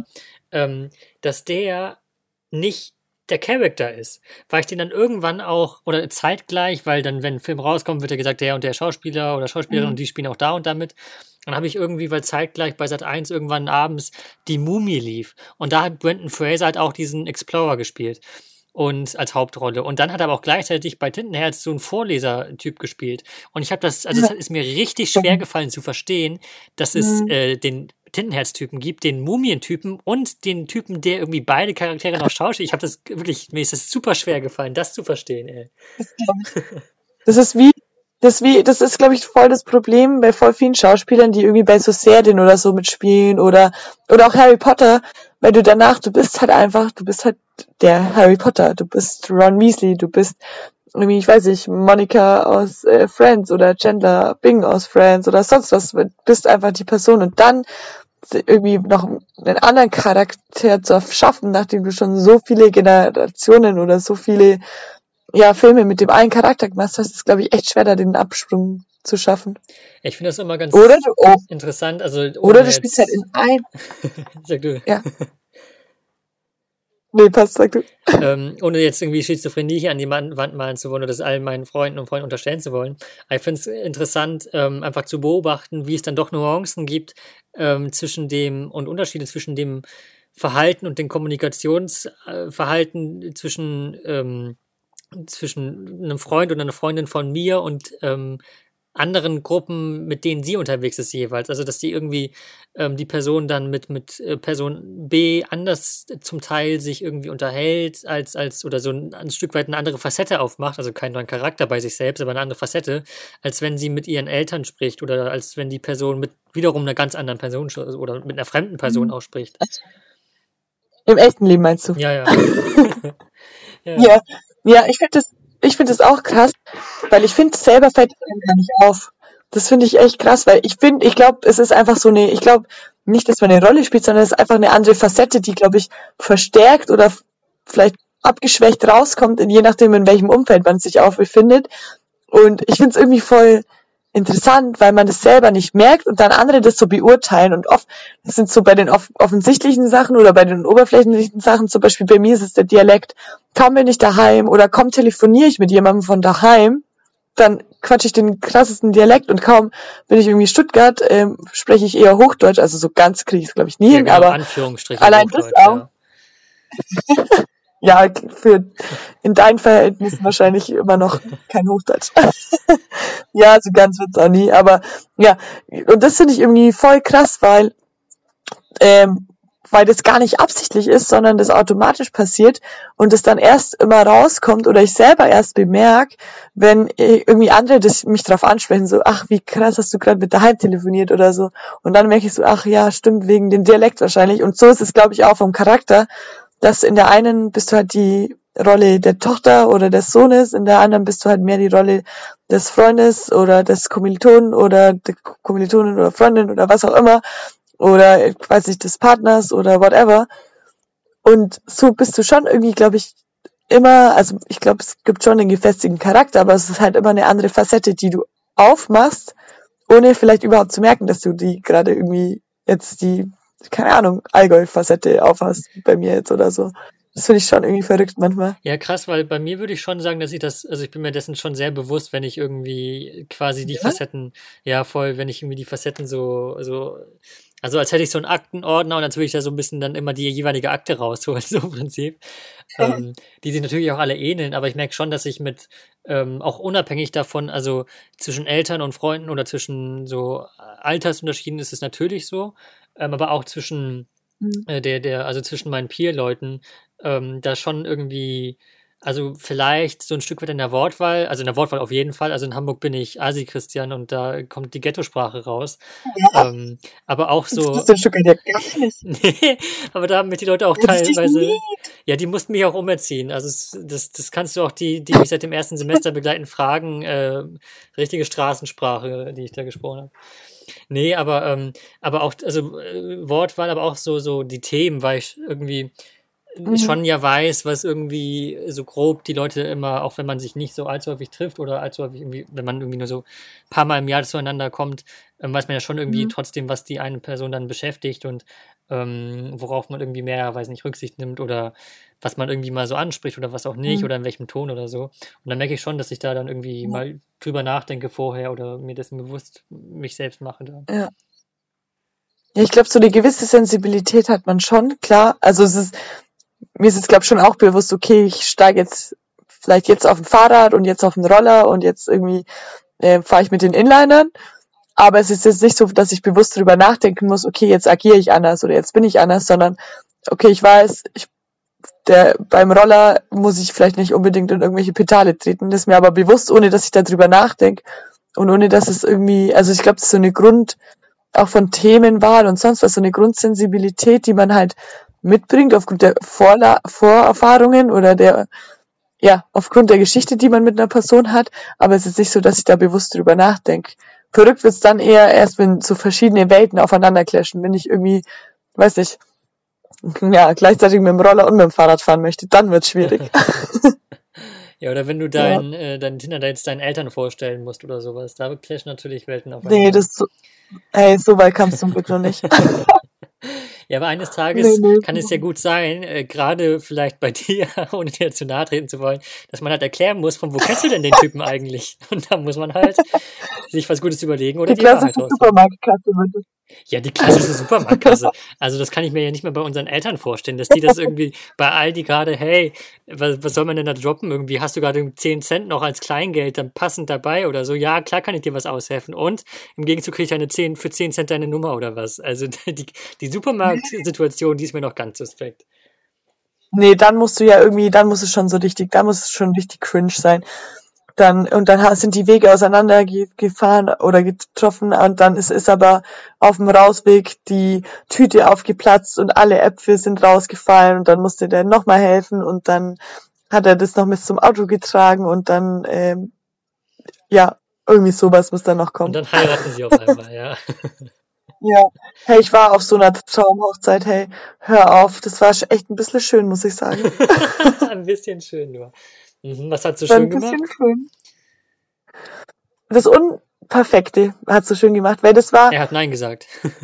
dass der nicht der Charakter ist. Weil ich den dann irgendwann auch, oder zeitgleich, weil dann, wenn ein Film rauskommt, wird ja gesagt, der und der Schauspieler oder Schauspielerin und Mhm. die spielen auch da und damit. Dann habe ich irgendwie, weil zeitgleich bei Sat.1 irgendwann abends die Mumie lief. Und da hat Brendan Fraser halt auch diesen Explorer gespielt. Und als Hauptrolle. Und dann hat er aber auch gleichzeitig bei Tintenherz so einen Vorlesertyp gespielt. Und ich habe das, also es ist mir richtig schwer gefallen zu verstehen, dass es Mhm. den Tintenherz-Typen gibt, den Mumientypen und den Typen, der irgendwie beide Charaktere noch schauspielt. Ich habe das wirklich, mir ist das super schwer gefallen, das zu verstehen, ey. Das glaube ich. Das ist das ist, glaube ich, voll das Problem bei voll vielen Schauspielern, die irgendwie bei so Serien oder so mitspielen oder auch Harry Potter, weil du bist halt einfach, du bist halt der Harry Potter, du bist Ron Weasley, du bist irgendwie, ich weiß nicht, Monica aus Friends oder Chandler Bing aus Friends oder sonst was, du bist einfach die Person und dann irgendwie noch einen anderen Charakter zu schaffen, nachdem du schon so viele Generationen oder so viele Filme mit dem einen Charakter gemacht hast, ist, glaube ich, echt schwer, da den Absprung zu schaffen. Ich finde das immer Oder ganz du, oh, interessant, also oder ohne du spielst halt in jetzt, ein, sag du, ja, nee, passt, sag du. ohne jetzt irgendwie Schizophrenie hier an die Wand malen zu wollen oder das all meinen Freunden und Freunden unterstellen zu wollen. Aber ich finde es interessant, einfach zu beobachten, wie es dann doch Nuancen gibt zwischen dem und Unterschiede zwischen dem Verhalten und dem Kommunikationsverhalten zwischen einem Freund oder einer Freundin von mir und anderen Gruppen, mit denen sie unterwegs ist jeweils. Also, dass die irgendwie die Person dann mit Person B anders zum Teil sich irgendwie unterhält, als oder so ein Stück weit eine andere Facette aufmacht, also keinen neuen Charakter bei sich selbst, aber eine andere Facette, als wenn sie mit ihren Eltern spricht oder als wenn die Person mit wiederum einer ganz anderen Person oder mit einer fremden Person Mhm. ausspricht. Im echten Leben meinst du? Ja, ja. Ja. Ja, ja, ich finde das auch krass, weil ich finde, selber fällt es einem gar nicht auf. Das finde ich echt krass, weil ich glaube, es ist einfach so eine, ich glaube nicht, dass man eine Rolle spielt, sondern es ist einfach eine andere Facette, die, glaube ich, verstärkt oder vielleicht abgeschwächt rauskommt, je nachdem, in welchem Umfeld man sich auch befindet. Und ich finde es irgendwie voll interessant, weil man das selber nicht merkt und dann andere das so beurteilen. Und oft, das sind so bei den offensichtlichen Sachen oder bei den oberflächlichen Sachen, zum Beispiel bei mir ist es der Dialekt, kaum bin ich daheim oder kaum telefoniere ich mit jemandem von daheim, dann quatsche ich den krassesten Dialekt und kaum bin ich irgendwie in Stuttgart, spreche ich eher Hochdeutsch, also so ganz kriege ich es, glaube ich, nie Ja, hin, genau, aber Anführungsstriche allein das Hochdeutsch, auch. ja. Ja, für in deinen Verhältnissen wahrscheinlich immer noch kein Hochdeutsch. Ja, so ganz wird's auch nie, aber ja, und das finde ich irgendwie voll krass, weil das gar nicht absichtlich ist, sondern das automatisch passiert und es dann erst immer rauskommt oder ich selber erst bemerke, wenn irgendwie andere mich drauf ansprechen, so, ach, wie krass hast du gerade mit daheim telefoniert oder so. Und dann merke ich so, ach ja, stimmt, wegen dem Dialekt wahrscheinlich. Und so ist es, glaube ich, auch vom Charakter, dass in der einen bist du halt die Rolle der Tochter oder des Sohnes, in der anderen bist du halt mehr die Rolle des Freundes oder des Kommilitonen oder der Kommilitonin oder Freundin oder was auch immer oder, ich weiß nicht, des Partners oder whatever. Und so bist du schon irgendwie, glaube ich, immer, also ich glaube, es gibt schon einen gefestigten Charakter, aber es ist halt immer eine andere Facette, die du aufmachst, ohne vielleicht überhaupt zu merken, dass du die gerade irgendwie jetzt die, keine Ahnung, Allgäu-Facette aufhast, bei mir jetzt oder so. Das finde ich schon irgendwie verrückt manchmal. Ja, krass, weil bei mir würde ich schon sagen, dass ich das, also ich bin mir dessen schon sehr bewusst, wenn ich irgendwie quasi die Ja? Facetten, ja voll, wenn ich irgendwie die Facetten also als hätte ich so einen Aktenordner und als würde ich da so ein bisschen dann immer die jeweilige Akte rausholen, so im Prinzip. Die sich natürlich auch alle ähneln, aber ich merke schon, dass ich mit, auch unabhängig davon, also zwischen Eltern und Freunden oder zwischen so Altersunterschieden ist es natürlich so, aber auch zwischen Mhm. also zwischen meinen Peer-Leuten, da schon irgendwie, also vielleicht so ein Stück weit in der Wortwahl, also in der Wortwahl auf jeden Fall, also in Hamburg bin ich Asi-Christian und da kommt die Ghetto-Sprache raus, Ja, aber auch das so, ist ein Stück weit ja gar nicht. nee, aber da haben mich die Leute auch Hätte ich dich teilweise, nie. ja, die mussten mich auch umerziehen, also das kannst du auch die mich seit dem ersten Semester begleiten, fragen, richtige Straßensprache, die ich da gesprochen habe. Nee, aber auch, also Wortwahl, aber auch so die Themen, weil ich irgendwie Mhm. schon ja weiß, was irgendwie so grob die Leute immer, auch wenn man sich nicht so allzu häufig trifft oder allzu häufig irgendwie, wenn man irgendwie nur so ein paar Mal im Jahr zueinander kommt, weiß man ja schon irgendwie Mhm. trotzdem, was die eine Person dann beschäftigt und worauf man irgendwie mehr, weiß nicht, Rücksicht nimmt oder was man irgendwie mal so anspricht oder was auch nicht Mhm. oder in welchem Ton oder so. Und dann merke ich schon, dass ich da dann irgendwie Ja. mal drüber nachdenke vorher oder mir dessen bewusst mich selbst mache da. Ja. Ja, ich glaube, so eine gewisse Sensibilität hat man schon, klar. Also mir ist jetzt, glaube ich, schon auch bewusst, okay, ich steige jetzt vielleicht jetzt auf ein Fahrrad und jetzt auf den Roller und jetzt irgendwie fahre ich mit den Inlinern. Aber es ist jetzt nicht so, dass ich bewusst darüber nachdenken muss, okay, jetzt agiere ich anders oder jetzt bin ich anders, sondern okay, ich weiß, beim Roller muss ich vielleicht nicht unbedingt in irgendwelche Pedale treten. Das ist mir aber bewusst, ohne dass ich darüber nachdenke und ohne dass es irgendwie, also ich glaube, das ist so eine auch von Themenwahl und sonst was, so eine Grundsensibilität, die man halt mitbringt aufgrund der Vorerfahrungen oder aufgrund der Geschichte, die man mit einer Person hat. Aber es ist nicht so, dass ich da bewusst drüber nachdenke. Verrückt wird's dann eher erst, wenn so verschiedene Welten aufeinander clashen. Wenn ich irgendwie, weiß nicht, ja, gleichzeitig mit dem Roller und mit dem Fahrrad fahren möchte, dann wird's schwierig. Ja, oder wenn du Ja. dein Tinder jetzt deinen Eltern vorstellen musst oder sowas, da clashen natürlich Welten Nee, aufeinander. so weit kam es zum Glück noch nicht. Ja, aber eines Nee, Tages nee. kann es ja gut sein, gerade vielleicht bei dir, ohne dir zu nahe treten zu wollen, dass man halt erklären muss, von wo kennst du denn den Typen eigentlich? Und da muss man halt sich was Gutes überlegen oder Die die Wahrheit klassische raussagen. Supermarktkasse wird es. Ja, die klassische Supermarktkasse. Also das kann ich mir ja nicht mehr bei unseren Eltern vorstellen, dass die das irgendwie bei Aldi gerade, hey, was soll man denn da droppen irgendwie? Hast du gerade 10 Cent noch als Kleingeld dann passend dabei oder so? Ja, klar kann ich dir was aushelfen. Und im Gegenzug kriege ich für 10 Cent deine Nummer oder was? Also die Supermarktsituation, die ist mir noch ganz suspekt. Nee, dann musst es schon so richtig, da muss es schon richtig cringe sein. dann sind die Wege gefahren oder getroffen und dann ist aber auf dem Rausweg die Tüte aufgeplatzt und alle Äpfel sind rausgefallen und dann musste der nochmal helfen und dann hat er das noch bis zum Auto getragen und dann, ja, irgendwie sowas muss dann noch Und kommen. dann heiraten sie auf einmal, ja. Ja, hey, ich war auf so einer Traumhochzeit, hey, hör auf, das war echt ein bisschen schön, muss ich sagen. Ein bisschen schön nur. Was hat so War schön ein bisschen gemacht? schön. Das Unperfekte hat so schön gemacht, weil das war, Er hat Nein gesagt.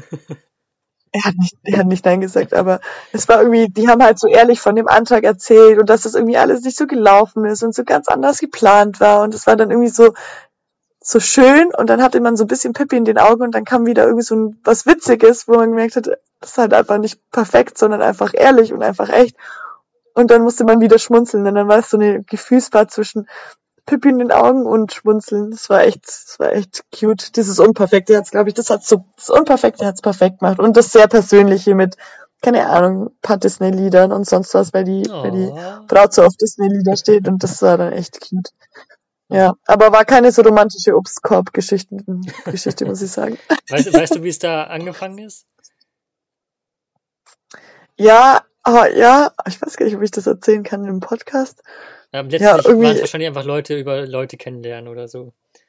er hat nicht Nein gesagt, aber es war irgendwie, die haben halt so ehrlich von dem Antrag erzählt und dass das irgendwie alles nicht so gelaufen ist und so ganz anders geplant war und es war dann irgendwie so schön und dann hatte man so ein bisschen Pippi in den Augen und dann kam wieder irgendwie was Witziges, wo man gemerkt hat, das ist halt einfach nicht perfekt, sondern einfach ehrlich und einfach echt. Und dann musste man wieder schmunzeln und dann war es so eine Gefühlspaar zwischen Pippi in den Augen und Schmunzeln. Das war echt cute. Dieses Unperfekte hat's, glaube ich, das Unperfekte hat's perfekt gemacht. Und das sehr Persönliche mit, keine Ahnung, ein paar Disney-Liedern und sonst was, weil die Oh. Braut so auf Disney-Lieder steht und das war dann echt cute. Ja, aber war keine so romantische Obstkorb-Geschichte, muss ich sagen. Weißt du, wie es da angefangen ist? Ja, ich weiß gar nicht, ob ich das erzählen kann im Podcast. Ja, Ja, letztlich waren es irgendwie, wahrscheinlich einfach Leute über Leute kennenlernen oder so.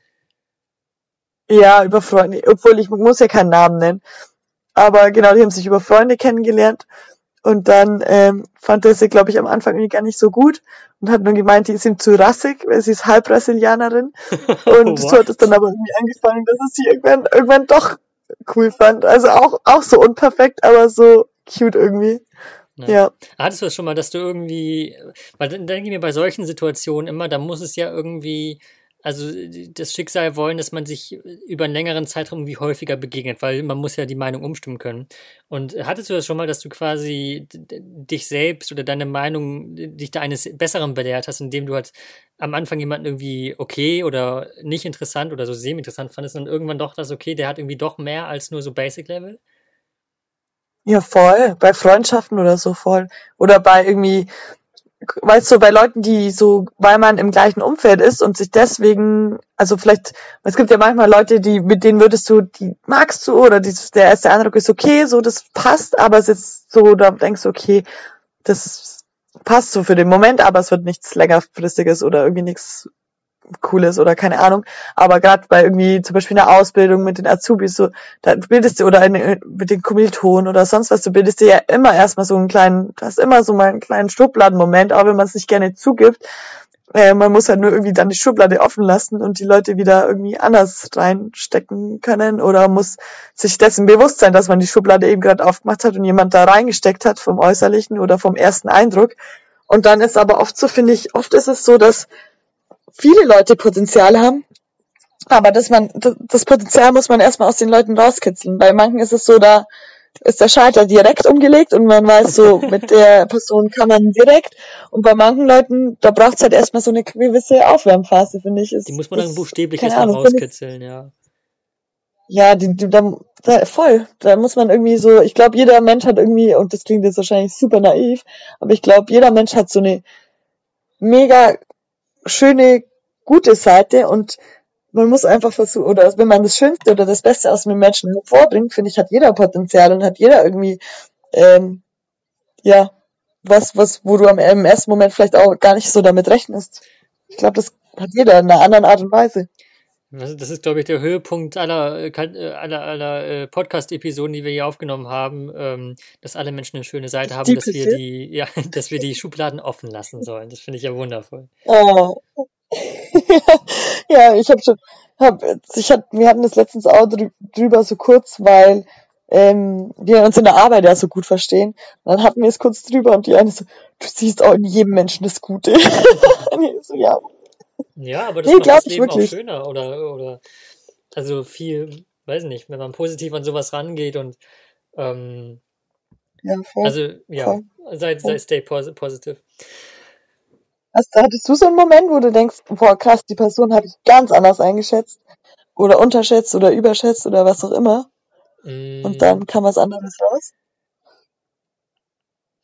ja, über Freunde, obwohl ich muss ja keinen Namen nennen. Aber genau, die haben sich über Freunde kennengelernt und dann fand er sie, glaube ich, am Anfang irgendwie gar nicht so gut und hat nur gemeint, die ist ihm zu rassig, weil sie ist halb Brasilianerin. Und so hat es dann What? aber irgendwie angefangen, dass es sie irgendwann doch cool fand. Also auch so unperfekt, aber so cute irgendwie. Ja. Ja. Hattest du das schon mal, dass du irgendwie, weil dann denke ich mir bei solchen Situationen immer, da muss es ja irgendwie, also das Schicksal wollen, dass man sich über einen längeren Zeitraum irgendwie häufiger begegnet, weil man muss ja die Meinung umstimmen können. Und hattest du das schon mal, dass du quasi dich selbst oder deine Meinung, dich da eines Besseren belehrt hast, indem du halt am Anfang jemanden irgendwie okay oder nicht interessant oder so semi-interessant fandest und dann irgendwann doch das okay, der hat irgendwie doch mehr als nur so Basic Level? Ja, voll. Bei Freundschaften oder so voll. Oder bei irgendwie, weißt du, bei Leuten, die so, weil man im gleichen Umfeld ist und sich deswegen, also vielleicht, es gibt ja manchmal Leute, mit denen die magst du oder der erste Eindruck ist okay, so, das passt, aber es ist so, da denkst du, okay, das passt so für den Moment, aber es wird nichts längerfristiges oder irgendwie nichts Cooles oder keine Ahnung. Aber gerade bei irgendwie zum Beispiel einer Ausbildung mit den Azubis, so, da bildest du, oder mit den Kommilitonen oder sonst was, du bildest dir ja immer erstmal so du hast immer so mal einen kleinen Schubladenmoment, auch wenn man es nicht gerne zugibt. Man muss halt nur irgendwie dann die Schublade offen lassen und die Leute wieder irgendwie anders reinstecken können oder muss sich dessen bewusst sein, dass man die Schublade eben gerade aufgemacht hat und jemand da reingesteckt hat vom Äußerlichen oder vom ersten Eindruck. Und dann ist aber oft so, finde ich, oft ist es so, dass viele Leute Potenzial haben, aber das Potenzial muss man erstmal aus den Leuten rauskitzeln. Bei manchen ist es so, da ist der Schalter direkt umgelegt und man weiß so, mit der Person kann man direkt. Und bei manchen Leuten, da braucht es halt erstmal so eine gewisse Aufwärmphase, finde ich. Die muss man dann buchstäblich Keine erstmal Ahnung, rauskitzeln, ja. ja, voll. Da muss man irgendwie so, ich glaube, jeder Mensch hat irgendwie, und das klingt jetzt wahrscheinlich super naiv, aber ich glaube, jeder Mensch hat so eine mega schöne, gute Seite und man muss einfach versuchen, oder wenn man das Schönste oder das Beste aus einem Menschen hervorbringt, finde ich, hat jeder Potenzial und hat jeder irgendwie, ähm, ja, wo du im ersten Moment vielleicht auch gar nicht so damit rechnest. Ich glaube, das hat jeder in einer anderen Art und Weise. Das ist, glaube ich, der Höhepunkt aller Podcast-Episoden, die wir hier aufgenommen haben, dass alle Menschen eine schöne Seite haben, Die dass wir Küche. ja, dass wir die Schubladen offen lassen sollen. Das finde ich ja wundervoll. Oh. Ja, wir hatten das letztens auch drüber so kurz, weil wir uns in der Arbeit ja so gut verstehen. Und dann hatten wir es kurz drüber und die eine so, du siehst auch in jedem Menschen das Gute. Und ich so, ja, Ja, aber das nee, macht glaube das ich Leben auch wirklich. schöner oder also viel, weiß nicht, wenn man positiv an sowas rangeht und ähm, Ja, voll, also ja, voll, sei voll. stay positive. Hattest du so einen Moment, wo du denkst, boah, krass, die Person habe ich ganz anders eingeschätzt oder unterschätzt oder überschätzt oder was auch immer und Mm, dann kam was anderes raus?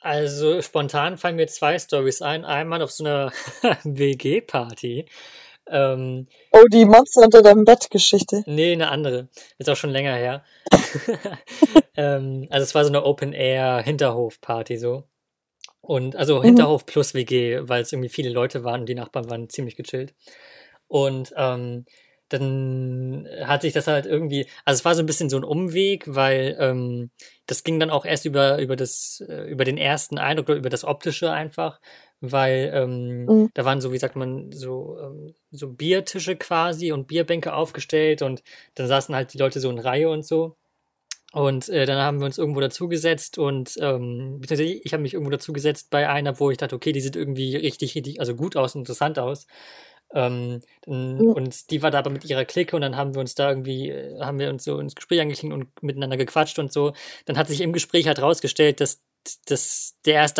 Also spontan fallen mir zwei Storys ein. Einmal auf so einer WG-Party. Ähm, Oh, die Monster unter deinem Bett-Geschichte. Nee, eine andere. Ist auch schon länger her. Also es war so eine Open-Air-Hinterhof-Party so. Und also Mhm. Hinterhof plus WG, weil es irgendwie viele Leute waren und die Nachbarn waren ziemlich gechillt. Und dann hat sich das halt irgendwie, also es war so ein bisschen so ein Umweg, weil das ging dann auch erst über den ersten Eindruck oder über das Optische einfach, weil Mhm. da waren so, wie sagt man, so Biertische quasi und Bierbänke aufgestellt und dann saßen halt die Leute so in Reihe und so. Und dann haben wir uns irgendwo dazugesetzt und beziehungsweise ich habe mich irgendwo dazugesetzt bei einer, wo ich dachte, okay, die sieht irgendwie richtig, also gut aus, interessant aus. Mhm. Und die war da aber mit ihrer Clique und dann haben wir uns da irgendwie, haben wir uns so ins Gespräch angeklingt und miteinander gequatscht und so. Dann hat sich im Gespräch halt rausgestellt, dass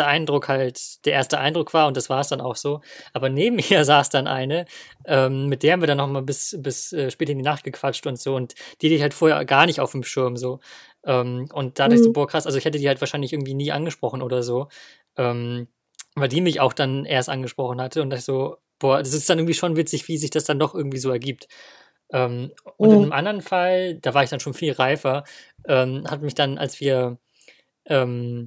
der erste Eindruck war und das war es dann auch so. Aber neben ihr saß dann eine, mit der haben wir dann nochmal bis spät in die Nacht gequatscht und so und die hatte ich halt vorher gar nicht auf dem Schirm so. Und da dachte ich so, Mhm. boah, krass, also ich hätte die halt wahrscheinlich irgendwie nie angesprochen oder so. Ähm, weil die mich auch dann erst angesprochen hatte und dachte so, boah, das ist dann irgendwie schon witzig, wie sich das dann doch irgendwie so ergibt. Und in Mhm. einem anderen Fall, da war ich dann schon viel reifer, hat mich dann, als wir ähm,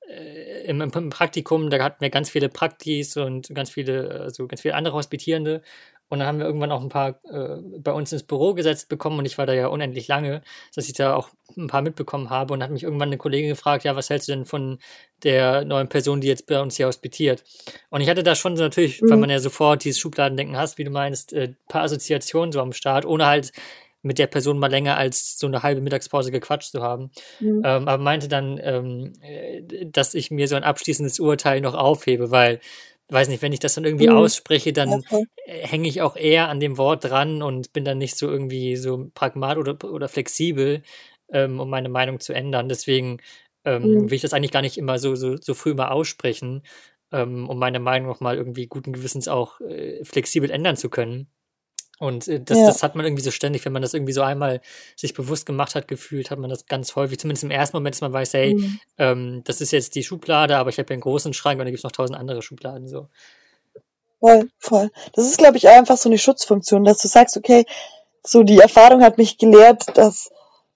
im Praktikum, da hatten wir ganz viele Praktis und ganz viele andere Hospitierende. Und dann haben wir irgendwann auch ein paar bei uns ins Büro gesetzt bekommen und ich war da ja unendlich lange, dass ich da auch ein paar mitbekommen habe und hat mich irgendwann eine Kollegin gefragt, ja, was hältst du denn von der neuen Person, die jetzt bei uns hier hospitiert? Und ich hatte da schon so natürlich, weil Mhm. man ja sofort dieses Schubladendenken hast, wie du meinst, paar Assoziationen so am Start, ohne halt mit der Person mal länger als so eine halbe Mittagspause gequatscht zu haben. Mhm. Aber meinte dann, dass ich mir so ein abschließendes Urteil noch aufhebe, weil, weiß nicht, wenn ich das dann irgendwie Mhm. ausspreche, Ja, dann voll. hänge ich auch eher an dem Wort dran und bin dann nicht so irgendwie so pragmat oder flexibel, um meine Meinung zu ändern. Deswegen Mhm. will ich das eigentlich gar nicht immer so früh mal aussprechen, um meine Meinung noch mal irgendwie guten Gewissens auch flexibel ändern zu können. Und Ja. das hat man irgendwie so ständig, wenn man das irgendwie so einmal sich bewusst gemacht hat, gefühlt, hat man das ganz häufig, zumindest im ersten Moment, dass man weiß, hey, Mhm. das ist jetzt die Schublade, aber ich habe ja einen großen Schrank und da gibt's noch 1000 andere Schubladen so. Voll, voll. Das ist, glaube ich, einfach so eine Schutzfunktion, dass du sagst, okay, so die Erfahrung hat mich gelehrt, dass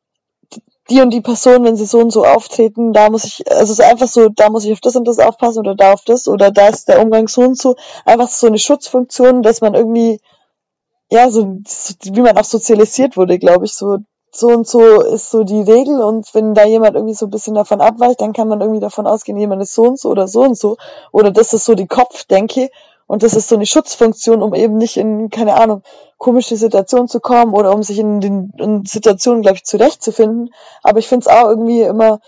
die und die Person, wenn sie so und so auftreten, da muss ich, also es ist einfach so, da muss ich auf das und das aufpassen oder da auf das oder da ist der Umgang so und so. Einfach so eine Schutzfunktion, dass man irgendwie, ja, so wie man auch sozialisiert wurde, glaube ich, so und so ist so die Regel und wenn da jemand irgendwie so ein bisschen davon abweicht, dann kann man irgendwie davon ausgehen, jemand ist so und so oder so und so oder das ist so die Kopfdenke und das ist so eine Schutzfunktion, um eben nicht in, keine Ahnung, komische Situationen zu kommen oder um sich in Situationen, glaube ich, zurechtzufinden. Aber ich finde es auch irgendwie immer,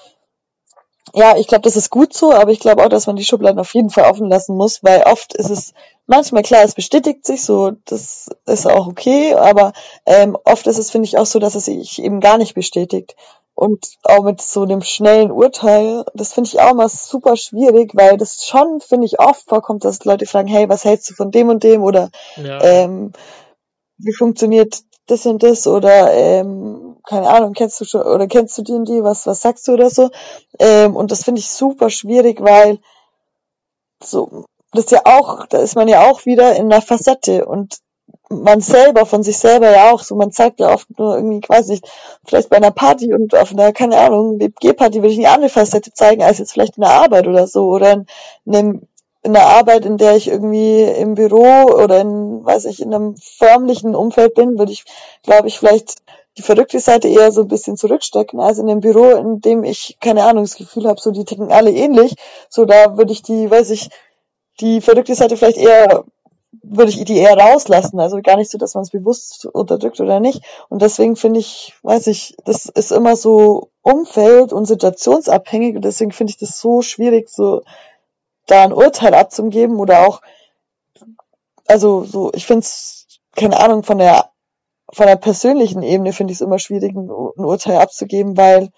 ja, ich glaube, das ist gut so, aber ich glaube auch, dass man die Schubladen auf jeden Fall offen lassen muss, weil oft ist es, manchmal klar, es bestätigt sich so, das ist auch okay, aber oft ist es, finde ich, auch so, dass es sich eben gar nicht bestätigt. Und auch mit so einem schnellen Urteil, das finde ich auch immer super schwierig, weil das schon, finde ich, oft vorkommt, dass Leute fragen, hey, was hältst du von dem und dem oder Ja, ja. ähm, wie funktioniert das und das oder keine Ahnung, kennst du schon oder kennst du die und die, was sagst du oder so? Und das finde ich super schwierig, weil so, das ist ja auch, da ist man ja auch wieder in einer Facette und man selber, von sich selber ja auch so, man zeigt ja oft nur irgendwie, ich weiß nicht, vielleicht bei einer Party und auf einer, keine Ahnung, BG-Party würde ich eine andere Facette zeigen, als jetzt vielleicht in der Arbeit oder so, oder in einer Arbeit, in der ich irgendwie im Büro oder in, weiß ich, in einem förmlichen Umfeld bin, würde ich, glaube ich, vielleicht die verrückte Seite eher so ein bisschen zurückstecken, als in einem Büro, in dem ich, keine Ahnung, das Gefühl habe, so die ticken alle ähnlich, so da würde ich die, weiß ich, die verrückte Seite vielleicht eher würde ich die eher rauslassen. Also gar nicht so, dass man es bewusst unterdrückt oder nicht. Und deswegen finde ich, weiß ich, das ist immer so umfeld- und situationsabhängig. Und deswegen finde ich das so schwierig, so da ein Urteil abzugeben oder auch, also so, ich finde es, keine Ahnung, von der persönlichen Ebene finde ich es immer schwierig, ein Urteil abzugeben, weil,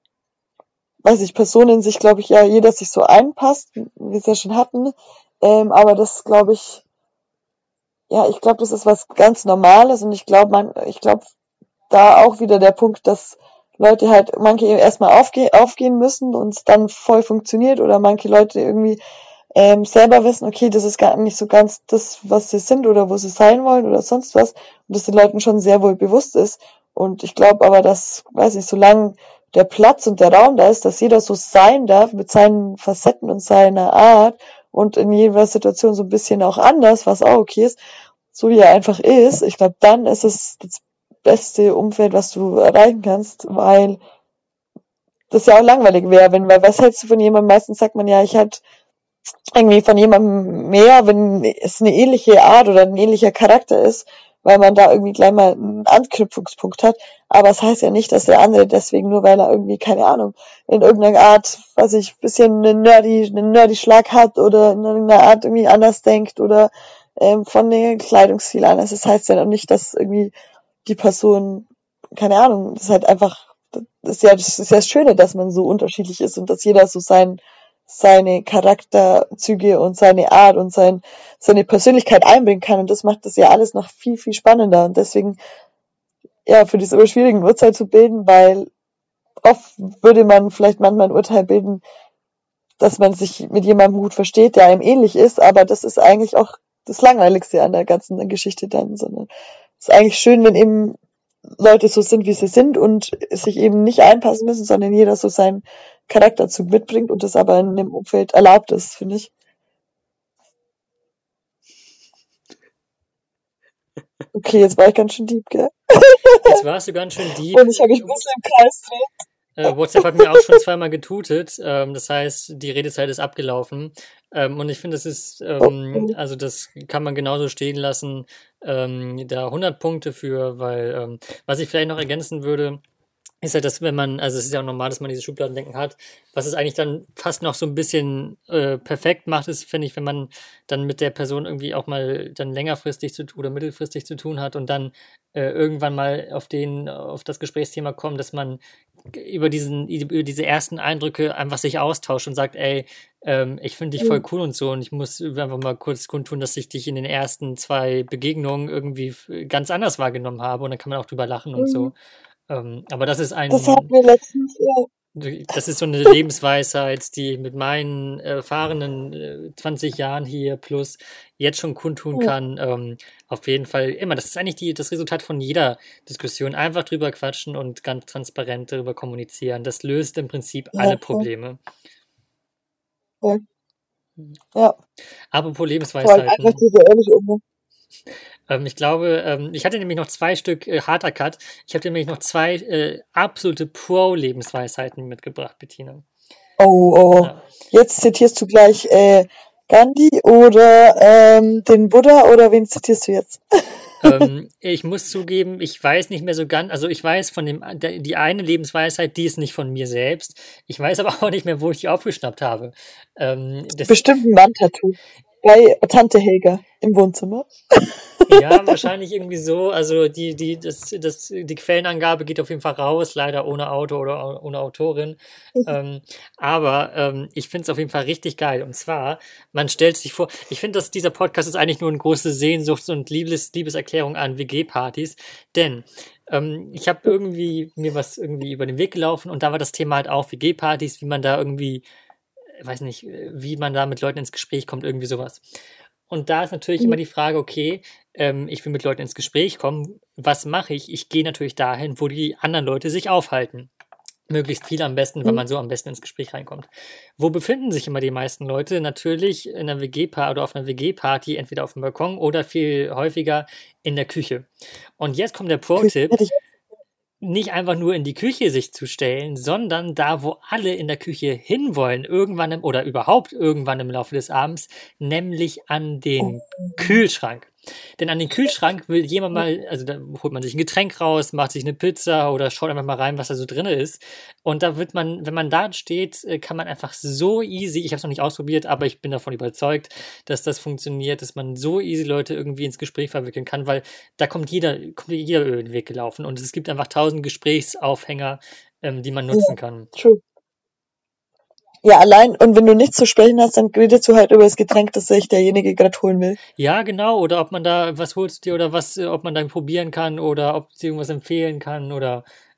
weiß ich, Personen sich, glaube ich, ja, jeder sich so einpasst, wie wir es ja schon hatten. Aber das, glaube ich, ja, ich glaube, das ist was ganz Normales und ich glaube, da auch wieder der Punkt, dass Leute halt, manche erstmal aufgehen müssen und es dann voll funktioniert oder manche Leute irgendwie selber wissen, okay, das ist gar nicht so ganz das, was sie sind oder wo sie sein wollen oder sonst was. Und das den Leuten schon sehr wohl bewusst ist. Und ich glaube aber, dass, weiß ich, solange der Platz und der Raum da ist, dass jeder so sein darf mit seinen Facetten und seiner Art und in jeder Situation so ein bisschen auch anders, was auch okay ist, so wie er einfach ist, ich glaube, dann ist es das beste Umfeld, was du erreichen kannst, weil das ja auch langweilig wäre, weil was hältst du von jemandem? Meistens sagt man ja, ich halt irgendwie von jemandem mehr, wenn es eine ähnliche Art oder ein ähnlicher Charakter ist, weil man da irgendwie gleich mal einen Anknüpfungspunkt hat. Aber es das heißt ja nicht, dass der andere deswegen nur, weil er irgendwie, keine Ahnung, in irgendeiner Art, weiß ich, bisschen einen nerdy Schlag hat oder in irgendeiner Art irgendwie anders denkt oder von den Kleidungsstil anders. Das heißt ja noch nicht, dass irgendwie die Person, keine Ahnung, das ist halt einfach, das ist ja das Schöne, dass man so unterschiedlich ist und dass jeder so seine Charakterzüge und seine Art und seine Persönlichkeit einbringen kann. Und das macht das ja alles noch viel, viel spannender. Und deswegen, ja, für diese schwierigen Urteil zu bilden, weil oft würde man vielleicht manchmal ein Urteil bilden, dass man sich mit jemandem gut versteht, der einem ähnlich ist, aber das ist eigentlich auch das Langweiligste an der ganzen Geschichte dann, sondern es ist eigentlich schön, wenn eben Leute so sind, wie sie sind und sich eben nicht einpassen müssen, sondern jeder so seinen Charakterzug mitbringt und das aber in dem Umfeld erlaubt ist, finde ich. Okay, jetzt war ich ganz schön deep, gell? Jetzt warst du ganz schön deep. Und ich habe mich ein bisschen im Kreis gedreht. WhatsApp hat mir auch schon zweimal getutet. Das heißt, die Redezeit ist abgelaufen. Und ich finde, das ist, also das kann man genauso stehen lassen. Da 100 Punkte für, weil was ich vielleicht noch ergänzen würde, ist halt, dass wenn man, also es ist ja auch normal, dass man diese Schubladendenken hat, was es eigentlich dann fast noch so ein bisschen perfekt macht, ist, finde ich, wenn man dann mit der Person irgendwie auch mal dann längerfristig oder mittelfristig zu tun hat und dann irgendwann mal auf das Gesprächsthema kommt, dass man über diese ersten Eindrücke einfach sich austauscht und sagt, ey, ich finde dich voll cool und so und ich muss einfach mal kurz kundtun, dass ich dich in den ersten 2 Begegnungen irgendwie ganz anders wahrgenommen habe und dann kann man auch drüber lachen und so. Aber das ist Das hatten wir letztens, ja. das ist so eine Lebensweisheit, die ich mit meinen erfahrenen 20 Jahren hier plus jetzt schon kundtun kann. Auf jeden Fall immer. Das ist eigentlich das Resultat von jeder Diskussion. Einfach drüber quatschen und ganz transparent darüber kommunizieren. Das löst im Prinzip alle Probleme. Voll. Ja. Apropos Voll, Lebensweisheiten. einfach diese ehrliche Umgang. Ich glaube, ich hatte nämlich noch 2 Stück harter Cut. Ich habe nämlich noch 2 absolute Pro-Lebensweisheiten mitgebracht, Bettina. Oh. Ja. Jetzt zitierst du gleich Gandhi oder den Buddha oder wen zitierst du jetzt? Ich muss zugeben, ich weiß nicht mehr so ganz, also ich weiß von die eine Lebensweisheit, die ist nicht von mir selbst. Ich weiß aber auch nicht mehr, wo ich die aufgeschnappt habe. Bestimmt ein Wandtattoo. Bei Tante Helga im Wohnzimmer. Ja, wahrscheinlich irgendwie so. Also die Quellenangabe geht auf jeden Fall raus, leider ohne Autor oder ohne Autorin. Aber ich finde es auf jeden Fall richtig geil. Und zwar, man stellt sich vor, ich finde, dass dieser Podcast ist eigentlich nur eine große Sehnsuchts- und Liebeserklärung an WG-Partys. Denn ich habe irgendwie mir was irgendwie über den Weg gelaufen und da war das Thema halt auch WG-Partys, wie man da irgendwie, weiß nicht, wie man da mit Leuten ins Gespräch kommt, irgendwie sowas. Und da ist natürlich immer die Frage, okay, ich will mit Leuten ins Gespräch kommen, was mache ich? Ich gehe natürlich dahin, wo die anderen Leute sich aufhalten. Möglichst viel am besten, weil man so am besten ins Gespräch reinkommt. Wo befinden sich immer die meisten Leute? Natürlich in einer WG-Party oder auf einer WG-Party, entweder auf dem Balkon oder viel häufiger in der Küche. Und jetzt kommt der Pro-Tipp, nicht einfach nur in die Küche sich zu stellen, sondern da, wo alle in der Küche hinwollen, irgendwann oder überhaupt irgendwann im Laufe des Abends, nämlich an den Kühlschrank. Denn an den Kühlschrank will jemand mal, also da holt man sich ein Getränk raus, macht sich eine Pizza oder schaut einfach mal rein, was da so drin ist. Und da wird man, wenn man da steht, kann man einfach so easy, ich habe es noch nicht ausprobiert, aber ich bin davon überzeugt, dass das funktioniert, dass man so easy Leute irgendwie ins Gespräch verwickeln kann, weil da kommt jeder über den Weg gelaufen und es gibt einfach 1000 Gesprächsaufhänger, die man nutzen kann. True. Ja, allein, und wenn du nichts zu sprechen hast, dann redest du halt über das Getränk, das sich derjenige gerade holen will. Ja, genau, oder ob man da, was holst du dir oder was, ob man dann probieren kann oder ob sie irgendwas empfehlen kann oder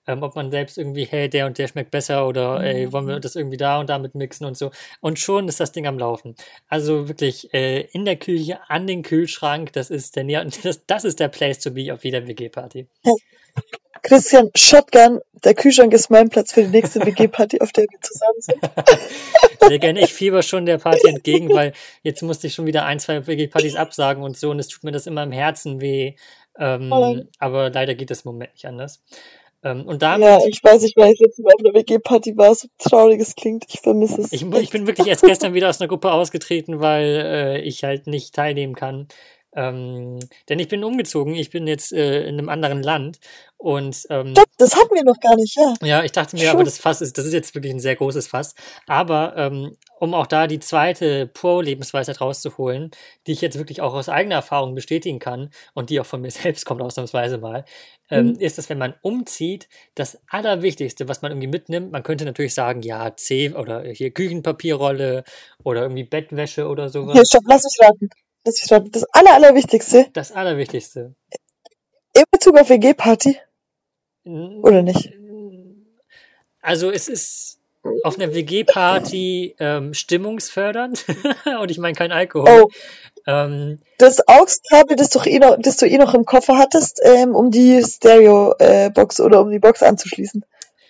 ob man selbst irgendwie, hey, der und der schmeckt besser oder ey, wollen wir das irgendwie da und damit mixen und so. Und schon ist das Ding am Laufen. Also wirklich in der Küche, an den Kühlschrank, das ist das ist der Place to be auf jeder WG-Party. Christian, Shotgun, der Kühlschrank ist mein Platz für die nächste WG-Party, auf der wir zusammen sind. Sehr gerne. Ich fieber schon der Party entgegen, weil jetzt musste ich schon wieder 1, 2 WG-Partys absagen und so und es tut mir das immer im Herzen weh. Aber leider geht das im Moment nicht anders. Und Ja, damit, ich weiß, letztes Mal auf einer WG-Party war, so traurig es klingt. Ich vermisse es ich echt. bin wirklich erst gestern wieder aus einer Gruppe ausgetreten, weil ich halt nicht teilnehmen kann. Denn ich bin umgezogen, ich bin jetzt in einem anderen Land und Stopp, das hatten wir noch gar nicht, ja. ja, ich dachte mir, aber Schon. das ist jetzt wirklich ein sehr großes Fass. Aber um auch da die zweite Pro-Lebensweisheit rauszuholen, die ich jetzt wirklich auch aus eigener Erfahrung bestätigen kann und die auch von mir selbst kommt, ausnahmsweise mal, Mhm. ist, dass wenn man umzieht, das Allerwichtigste, was man irgendwie mitnimmt, man könnte natürlich sagen, ja, oder hier Küchenpapierrolle oder irgendwie Bettwäsche oder Hier, sowas. stopp, lass mich raten. Das Allerwichtigste, Das Allerwichtigste. in Bezug auf WG-Party, oder nicht? Also es ist auf einer WG-Party stimmungsfördernd und ich meine kein Alkohol. Oh, Ähm, das AUX-Kabel, das du noch im Koffer hattest, um die Stereo-Box oder um die Box anzuschließen.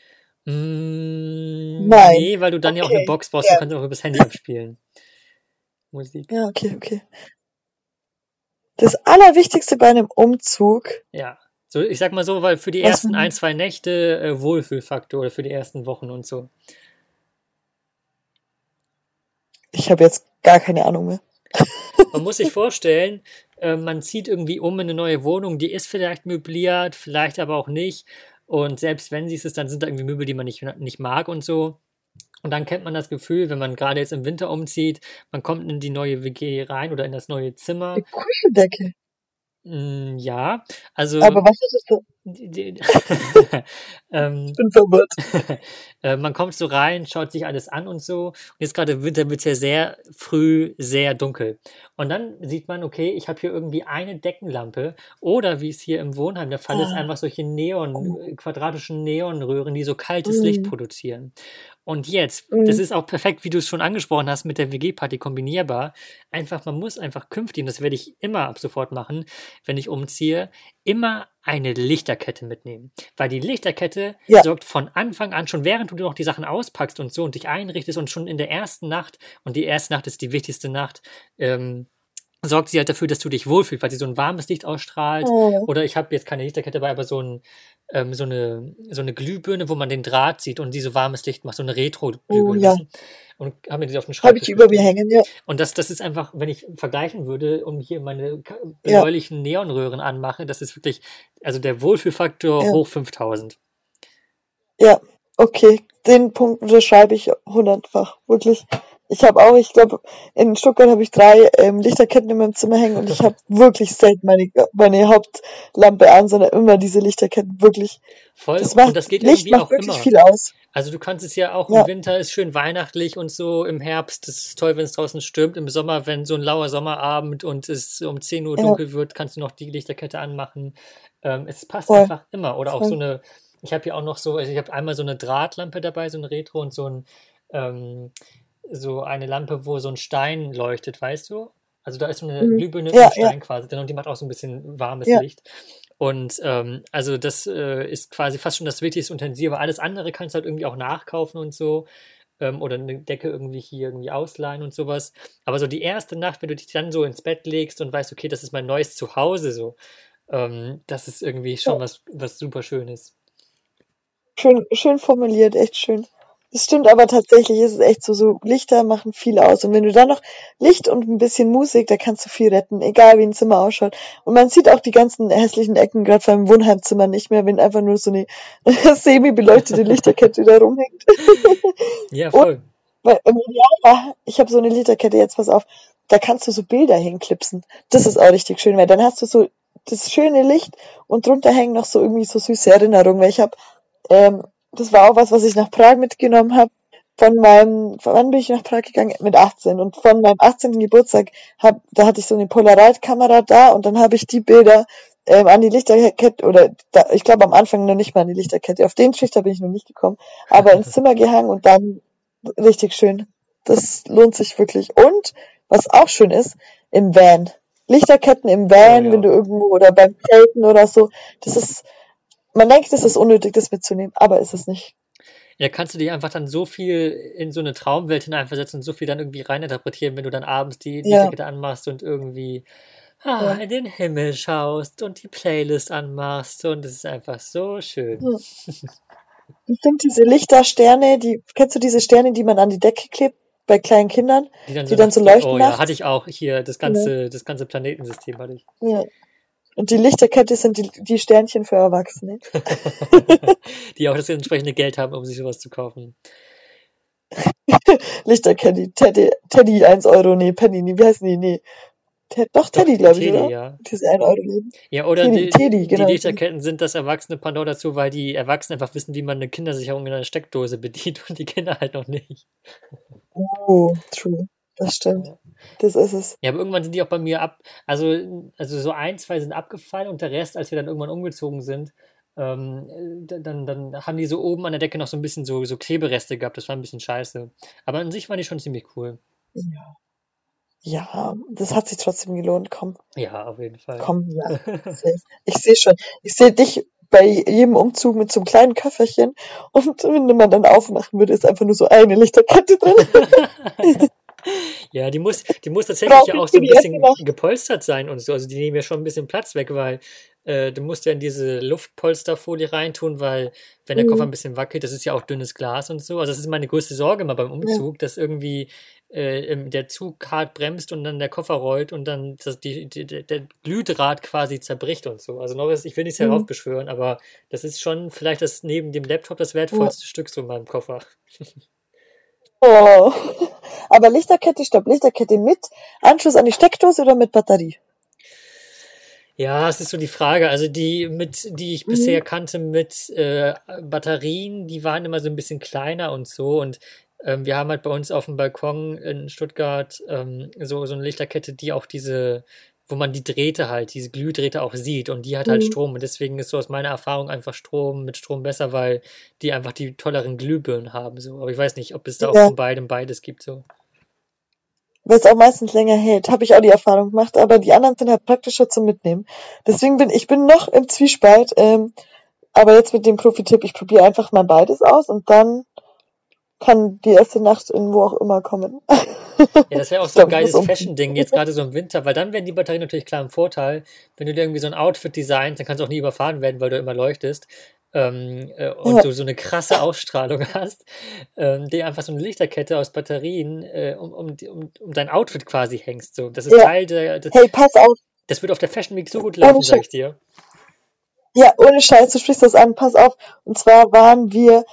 Nein. nee, weil du dann ja auch eine Okay. Box brauchst, du Ja. kannst auch übers Handy abspielen. Musik. Ja, okay. Das Allerwichtigste bei einem Umzug, Ja. So, ich sag mal so, weil für die was ersten man, 1, 2 Nächte Wohlfühlfaktor oder für die ersten Wochen und so. ich habe jetzt gar keine Ahnung mehr. Man muss sich vorstellen, man zieht irgendwie um in eine neue Wohnung, die ist vielleicht möbliert, vielleicht aber auch nicht. Und selbst wenn sie es ist, dann sind da irgendwie Möbel, die man nicht mag und so. Und dann kennt man das Gefühl, wenn man gerade jetzt im Winter umzieht, man kommt in die neue WG rein oder in das neue Zimmer. Die Kuscheldecke. Ja, also Aber was ist das? die, die, Ich ähm, bin verwirrt. man kommt so rein, schaut sich alles an und so. Und jetzt gerade im Winter wird es ja sehr früh sehr dunkel. Und dann sieht man, okay, ich habe hier irgendwie eine Deckenlampe oder wie es hier im Wohnheim der Fall ist, Ah, einfach solche oh, quadratischen Neonröhren, die so kaltes Licht mm, produzieren. Und jetzt, das mm, ist auch perfekt, wie du es schon angesprochen hast, mit der WG-Party kombinierbar. Einfach, man muss einfach künftig, und das werde ich immer ab sofort machen, wenn ich umziehe, immer eine Lichterkette mitnehmen. Weil die Lichterkette ja, sorgt von Anfang an, schon während du noch die Sachen auspackst und so und dich einrichtest und schon in der ersten Nacht, und die erste Nacht ist die wichtigste Nacht, sorgt sie halt dafür, dass du dich wohlfühlst, weil sie so ein warmes Licht ausstrahlt. oh, Oder ich habe jetzt keine Lichterkette dabei, aber so eine Glühbirne, wo man den Draht sieht und die so warmes Licht macht, so eine oh Retro-Glühbirne, ja. weißt du? Und habe mir die auf den Habe ich Schreibtisch über mir gestellt. hängen, ja. Und das ist einfach, wenn ich vergleichen würde, um hier meine Ja, bläulichen Neonröhren anmache, das ist wirklich, also der Wohlfühlfaktor ja, hoch 5000. ja. Okay, den Punkt unterschreibe ich 100-fach. Wirklich. Ich glaube, in Stuttgart habe ich 3 Lichterketten in meinem Zimmer hängen und ich habe wirklich selten meine Hauptlampe an, sondern immer diese Lichterketten. Wirklich. Voll. Das Und macht, das geht Licht irgendwie macht auch wirklich immer. viel aus. Also du kannst es ja auch im Ja, Winter, ist schön weihnachtlich und so, im Herbst, das ist toll, wenn es draußen stürmt, im Sommer, wenn so ein lauer Sommerabend und es um 10 Uhr ja, dunkel wird, kannst du noch die Lichterkette anmachen. Es passt voll, einfach immer. Oder auch voll. ich habe hier auch noch so, also ich habe einmal so eine Drahtlampe dabei, so eine Retro und ähm, so eine Lampe, wo so ein Stein leuchtet, weißt du? Also da ist so eine Mhm. Glühbirne im Ja, ja, Stein quasi drin und die macht auch so ein bisschen warmes ja, Licht. Und also das ist quasi fast schon das wichtigste Utensil, aber alles andere kannst du halt irgendwie auch nachkaufen und so. Oder eine Decke irgendwie hier irgendwie ausleihen und sowas. Aber so die erste Nacht, wenn du dich dann so ins Bett legst und weißt, okay, das ist mein neues Zuhause, so, das ist irgendwie schon ja. was super Schönes. Schön formuliert, echt schön. Das stimmt, aber tatsächlich ist es echt so Lichter machen viel aus. Und wenn du dann noch Licht und ein bisschen Musik, da kannst du viel retten, egal wie ein Zimmer ausschaut. Und man sieht auch die ganzen hässlichen Ecken, gerade beim Wohnheimzimmer nicht mehr, wenn einfach nur so eine semi-beleuchtete Lichterkette da rumhängt. Ja, Und voll. weil im Idealfall, ich habe so eine Lichterkette, jetzt pass auf, da kannst du so Bilder hinklipsen. Das ist auch richtig schön, weil dann hast du so das schöne Licht und drunter hängen noch so irgendwie so süße Erinnerungen, weil ich habe das war auch was ich nach Prag mitgenommen habe. Wann bin ich nach Prag gegangen? Mit 18. Und von meinem 18. Geburtstag da hatte ich so eine Polaroid-Kamera da und dann habe ich die Bilder an die Lichterkette, oder da, ich glaube am Anfang noch nicht mal an die Lichterkette. Auf den Trichter bin ich noch nicht gekommen, aber ins Zimmer gehangen und dann richtig schön. Das lohnt sich wirklich. Und was auch schön ist, im Van. Lichterketten im Oh Van, wenn ja. du irgendwo oder beim Zelten oder so. Das ist, man denkt, es ist unnötig, das mitzunehmen, aber ist es nicht. Ja, kannst du dich einfach dann so viel in so eine Traumwelt hineinversetzen und so viel dann irgendwie reininterpretieren, wenn du dann abends die Ja, Lichterkette anmachst und irgendwie ja. in den Himmel schaust und die Playlist anmachst und es ist einfach so schön. Hm. Ich finde diese Lichtersterne, kennst du diese Sterne, die man an die Decke klebt bei kleinen Kindern, Die dann so die dann so nachts leuchten. Oh leuchten ja, hatte nachts? ich auch hier, Ja, das ganze Planetensystem hatte ich. ja. Und die Lichterkette sind die Sternchen für Erwachsene. Die auch das entsprechende Geld haben, um sich sowas zu kaufen. Lichterkette, Teddy 1 Euro, nee, Penny, nee, wie heißen die? Nee. Doch, Doch, Teddy, glaube ich, Teddy, oder? ja. Diese 1 Euro Läden. Ja, oder Teddy, die genau. Lichterketten sind das erwachsene Pendant dazu, weil die Erwachsenen einfach wissen, wie man eine Kindersicherung in einer Steckdose bedient und die Kinder halt noch nicht. Oh, true. Das stimmt. Ja. Das ist es. Ja, aber irgendwann sind die auch bei mir also so ein, zwei sind abgefallen und der Rest, als wir dann irgendwann umgezogen sind, dann haben die so oben an der Decke noch so ein bisschen so Klebereste gehabt. Das war ein bisschen scheiße. Aber an sich waren die schon ziemlich cool. Ja. Ja, das hat sich trotzdem gelohnt. Komm, Ja, auf jeden Fall. komm, ja. Safe. Ich sehe schon. Ich sehe dich bei jedem Umzug mit so einem kleinen Köfferchen und wenn man dann aufmachen würde, ist einfach nur so eine Lichterkette drin. Ja, die muss tatsächlich ja Brauche ich auch so für ein die erste bisschen Nacht. gepolstert sein und so. Also die nehmen ja schon ein bisschen Platz weg, weil du musst ja in diese Luftpolsterfolie reintun, weil wenn der Koffer Mhm. ein bisschen wackelt, das ist ja auch dünnes Glas und so. Also das ist meine größte Sorge immer beim Ja, Umzug, dass irgendwie der Zug hart bremst und dann der Koffer rollt und dann der Glühdraht quasi zerbricht und so. Also Norris, ich will nichts mhm. heraufbeschwören, aber das ist schon vielleicht das neben dem Laptop das Ja. wertvollste Stück so in meinem Koffer. Oh. Aber Lichterkette, stopp, Lichterkette mit Anschluss an die Steckdose oder mit Batterie? Ja, es ist so die Frage. Also die ich bisher Mhm. kannte mit Batterien, die waren immer so ein bisschen kleiner und so. Und wir haben halt bei uns auf dem Balkon in Stuttgart so eine Lichterkette, die auch wo man die Drähte halt, diese Glühdrähte auch sieht. Und die hat halt Mhm. Strom. Und deswegen ist so aus meiner Erfahrung einfach mit Strom besser, weil die einfach die tolleren Glühbirnen haben. So. Aber ich weiß nicht, ob es da auch Ja, von beidem beides gibt. So. weil es auch meistens länger hält. Habe ich auch die Erfahrung gemacht, aber die anderen sind halt praktischer zum Mitnehmen. Deswegen ich bin noch im Zwiespalt, aber jetzt mit dem Profi-Tipp, ich probiere einfach mal beides aus und dann kann die erste Nacht in wo auch immer kommen. Ja, das wäre auch Ich so ein glaube, ich muss geiles umziehen. Fashion-Ding, jetzt gerade so im Winter, weil dann werden die Batterien natürlich klar im Vorteil. Wenn du dir irgendwie so ein Outfit designst, dann kannst du auch nie überfahren werden, weil du immer leuchtest. Und Ja, du so eine krasse Ausstrahlung hast, dir einfach so eine Lichterkette aus Batterien um dein Outfit quasi hängst. So. Das ist ja. Teil Hey, pass auf, das wird auf der Fashion Week so gut ohne laufen, sag Scheiß. ich dir. Ja, ohne Scheiß, du sprichst das an, pass auf. Und zwar waren wir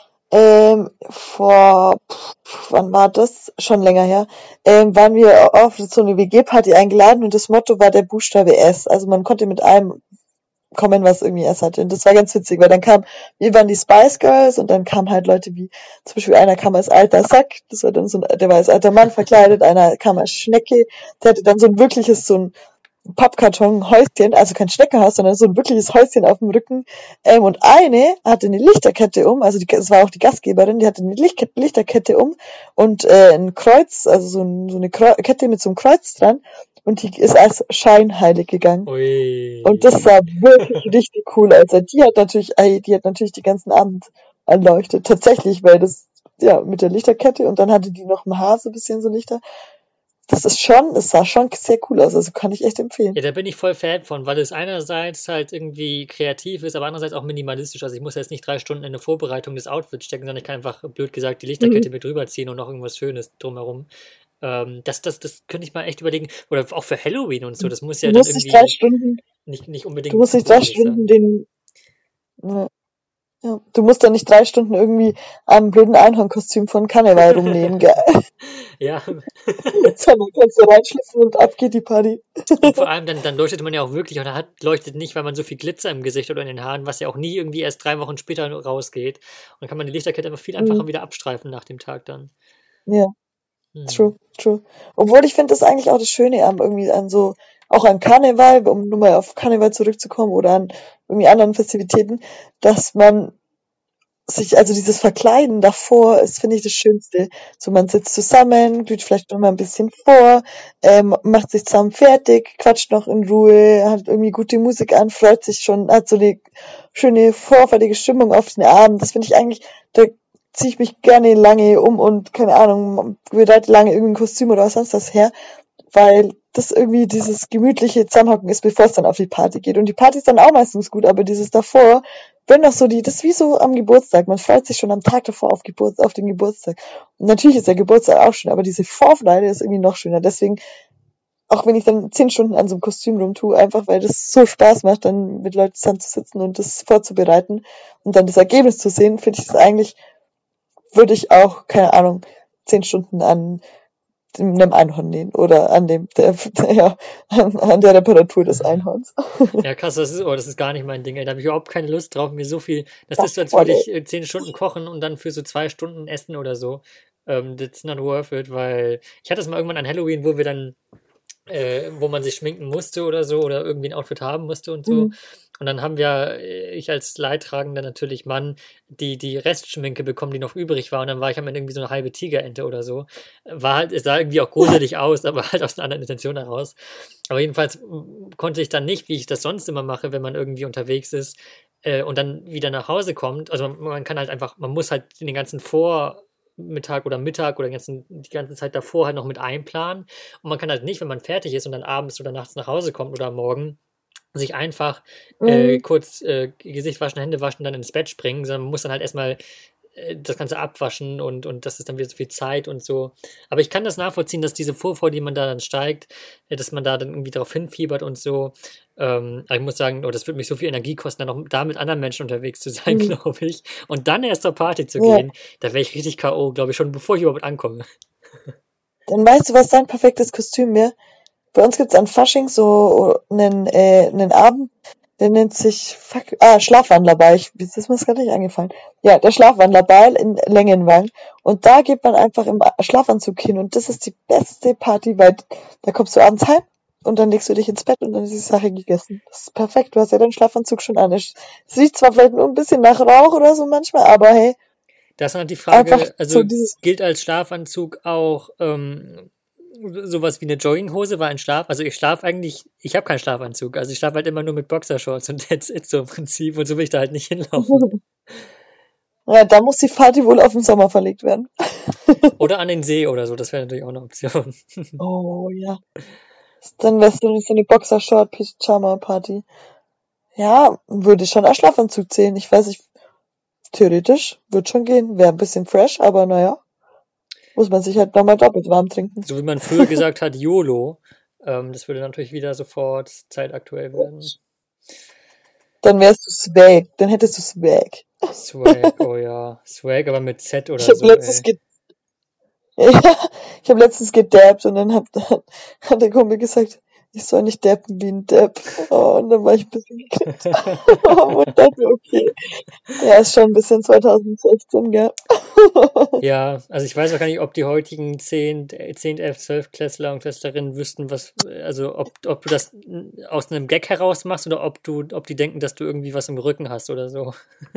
wann war das? Schon länger her. Waren wir auf so eine WG-Party eingeladen und das Motto war der Buchstabe S. Also man konnte mit allem kommen, was irgendwie S hatte. Und das war ganz witzig, weil wir waren die Spice Girls und dann kamen halt Leute wie, zum Beispiel einer kam als alter Sack, das war dann der war als alter Mann verkleidet, einer kam als Schnecke, der hatte dann so ein wirkliches, so ein Pappkarton-Häuschen, also kein Schneckenhaus, sondern so ein wirkliches Häuschen auf dem Rücken. Und eine hatte eine Lichterkette um, also das war auch die Gastgeberin, die hatte eine Lichterkette um und ein Kreuz, also so eine Kette mit so einem Kreuz dran und die ist als Scheinheilig gegangen. Und das Ui. sah wirklich richtig cool aus. Also die hat natürlich den ganzen Abend erleuchtet. Tatsächlich, weil ja, mit der Lichterkette und dann hatte die noch im Haar so ein bisschen so Lichter. Es sah schon sehr cool aus. Also kann ich echt empfehlen. Ja, da bin ich voll Fan von, weil es einerseits halt irgendwie kreativ ist, aber andererseits auch minimalistisch. Also ich muss jetzt nicht 3 Stunden in eine Vorbereitung des Outfits stecken, sondern ich kann einfach, blöd gesagt, die Mhm. Lichterkette mit drüber ziehen und noch irgendwas Schönes drumherum. Das könnte ich mal echt überlegen. Oder auch für Halloween und so. Das muss Du ja dann musst nicht drei irgendwie Stunden, nicht du unbedingt musst zu nicht drei gruselig Stunden sein. den, ja, ja, du musst da nicht 3 Stunden irgendwie am blöden Einhornkostüm von Karneval rumnähen, gell? Ja, Sondern kannst du reinschlüpfen und ab geht die Party. und vor allem dann leuchtet man ja auch wirklich oder leuchtet nicht, weil man so viel Glitzer im Gesicht oder in den Haaren, was ja auch nie irgendwie erst 3 Wochen später rausgeht. Und dann kann man die Lichterkette einfach viel Mhm. einfacher wieder abstreifen nach dem Tag dann. Ja. Hm. True, true. Obwohl ich finde das eigentlich auch das Schöne irgendwie an so auch an Karneval, um nur mal auf Karneval zurückzukommen oder an irgendwie anderen Festivitäten, dass man also dieses Verkleiden davor ist, finde ich, das Schönste. So, man sitzt zusammen, glüht vielleicht noch mal ein bisschen vor, macht sich zusammen fertig, quatscht noch in Ruhe, hat irgendwie gute Musik an, freut sich schon, hat so eine schöne vorfreudige Stimmung auf den Abend. Das finde ich eigentlich, da ziehe ich mich gerne lange um und, keine Ahnung, bereite lange irgendwie ein Kostüm oder was sonst was her, weil das irgendwie dieses gemütliche Zusammenhocken ist, bevor es dann auf die Party geht. Und die Party ist dann auch meistens gut, aber dieses davor, wenn noch so das ist wie so am Geburtstag. Man freut sich schon am Tag davor auf den Geburtstag. Und natürlich ist der Geburtstag auch schön, aber diese Vorfreude ist irgendwie noch schöner. Deswegen, auch wenn ich dann 10 Stunden an so einem Kostüm rumtue, einfach weil das so Spaß macht, dann mit Leuten zusammen zu sitzen und das vorzubereiten und dann das Ergebnis zu sehen, finde ich das eigentlich, würde ich auch, keine Ahnung, 10 Stunden an einem Einhorn nähen oder an an der Reparatur des Einhorns. Ja, krass, das ist gar nicht mein Ding, ey. Da habe ich überhaupt keine Lust drauf, mir so viel. Das Das ist so, als voll, würde ey. ich 10 Stunden kochen und dann für so 2 Stunden essen oder so. That's not worth it, weil ich hatte es mal irgendwann an Halloween, wo wir dann wo man sich schminken musste oder so oder irgendwie ein Outfit haben musste und so. Mhm. Und dann haben wir, ich als Leidtragender natürlich Mann, die Restschminke bekommen, die noch übrig war. Und dann war ich am Ende irgendwie so eine halbe Tigerente oder so. War halt, es sah irgendwie auch gruselig aus, aber halt aus einer anderen Intention heraus. Aber jedenfalls konnte ich dann nicht, wie ich das sonst immer mache, wenn man irgendwie unterwegs ist und dann wieder nach Hause kommt. Also man kann halt einfach, man muss halt den ganzen Vormittag oder Mittag oder die ganze Zeit davor halt noch mit einplanen. Und man kann halt nicht, wenn man fertig ist und dann abends oder nachts nach Hause kommt oder am Morgen, sich einfach Mhm. kurz Gesicht waschen, Hände waschen, dann ins Bett springen, sondern man muss dann halt erstmal das Ganze abwaschen und das ist dann wieder so viel Zeit und so. Aber ich kann das nachvollziehen, dass diese Vorfreude, die man da dann steigt, dass man da dann irgendwie darauf hinfiebert und so. Aber ich muss sagen, oh, das wird mich so viel Energie kosten, dann auch da mit anderen Menschen unterwegs zu sein, Mhm. glaube ich. Und dann erst zur Party zu Ja. gehen, da wäre ich richtig K.O., glaube ich, schon bevor ich überhaupt ankomme. Dann weißt du, was dein perfektes Kostüm wäre? Bei uns gibt's an Fasching so einen Abend, der nennt sich Schlafwandlerball. Jetzt ist mir das gerade nicht eingefallen. Ja, der Schlafwandlerball in Längenwang. Und da geht man einfach im Schlafanzug hin. Und das ist die beste Party, weil da kommst du abends heim und dann legst du dich ins Bett und dann ist die Sache gegessen. Das ist perfekt. Du hast ja deinen Schlafanzug schon an. Es riecht zwar vielleicht nur ein bisschen nach Rauch oder so manchmal, aber hey, Das ist halt die einfach Frage, so also dieses, gilt als Schlafanzug auch sowas wie eine Jogginghose, war ein also ich schlafe eigentlich, ich habe keinen Schlafanzug, also ich schlafe halt immer nur mit Boxershorts und that's it so im Prinzip und so will ich da halt nicht hinlaufen. ja, da muss die Party wohl auf den Sommer verlegt werden. Oder an den See oder so, das wäre natürlich auch eine Option. Oh ja. Dann wär's so eine Boxershort-Pyjama-Party. Ja, würde schon als Schlafanzug zählen. Ich weiß nicht, theoretisch wird schon gehen. Wäre ein bisschen fresh, aber naja, muss man sich halt nochmal doppelt warm trinken. So wie man früher gesagt hat, YOLO, das würde natürlich wieder sofort zeitaktuell werden. Dann wärst du Swag, dann hättest du Swag. Swag, oh ja, Swag, aber mit Z Ich oder habe so, letztens ey. ge ja, ich habe letztens gedabbt und dann hat der Kumpel gesagt, ich soll nicht dabben wie ein Depp. Oh, und dann war ich ein bisschen geknickt. Und dachte, okay, ja, ist schon ein bisschen 2016, gell? Ja, also ich weiß auch gar nicht, ob die heutigen 11, 12 Klässler und Klässlerinnen wüssten, also ob du das aus einem Gag heraus machst oder ob die denken, dass du irgendwie was im Rücken hast oder so.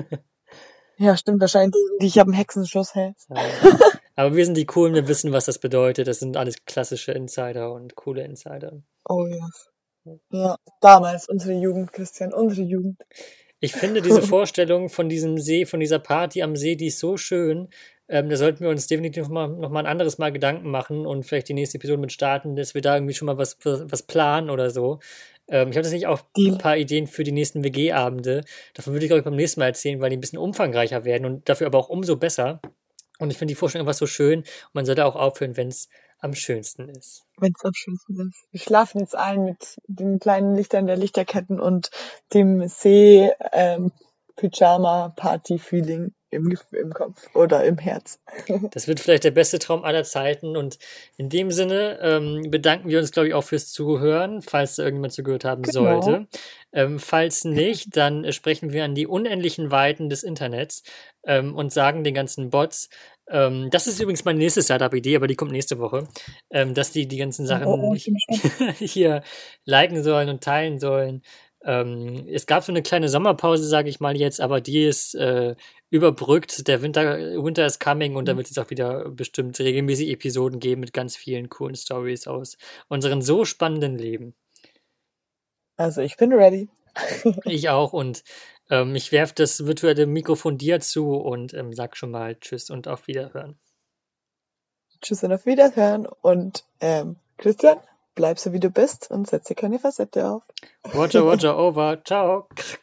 Ja, stimmt, wahrscheinlich. Ich habe einen Hexenschuss, hey. Ja. Aber wir sind die Coolen, wir wissen, was das bedeutet. Das sind alles klassische Insider und coole Insider. Oh ja. Ja, damals, unsere Jugend, Christian, unsere Jugend. Ich finde diese Vorstellung von diesem See, von dieser Party am See, die ist so schön. Da sollten wir uns definitiv noch mal ein anderes Mal Gedanken machen und vielleicht die nächste Episode mit starten, dass wir da irgendwie schon mal was planen oder so. Ich habe tatsächlich auch ein Deal. paar Ideen für die nächsten WG-Abende. Davon würde ich, glaube ich, beim nächsten Mal erzählen, weil die ein bisschen umfangreicher werden und dafür aber auch umso besser. Und ich finde die Vorstellung einfach so schön. Und man sollte auch aufhören, wenn es am schönsten ist. Wenn es am schönsten ist. Wir schlafen jetzt ein mit den kleinen Lichtern der Lichterketten und dem See-Pyjama-Party-Feeling. im Kopf oder im Herz. Das wird vielleicht der beste Traum aller Zeiten. Und in dem Sinne bedanken wir uns, glaube ich, auch fürs Zuhören, falls da irgendjemand zugehört haben Genau. sollte. Falls nicht, dann sprechen wir an die unendlichen Weiten des Internets und sagen den ganzen Bots, das ist übrigens meine nächste Startup-Idee, aber die kommt nächste Woche, dass die ganzen Sachen Ich bin gespannt. hier liken sollen und teilen sollen. Es gab so eine kleine Sommerpause, sage ich mal jetzt, aber die ist überbrückt. Der Winter is coming und da wird es auch wieder bestimmt regelmäßig Episoden geben mit ganz vielen coolen Stories aus unseren so spannenden Leben. Also ich bin ready. Ich auch und ich werfe das virtuelle Mikrofon dir zu und sag schon mal Tschüss und auf Wiederhören. Tschüss und auf Wiederhören. Und Christian, bleib so wie du bist und setze keine Facette auf. Roger, Roger, over. Ciao.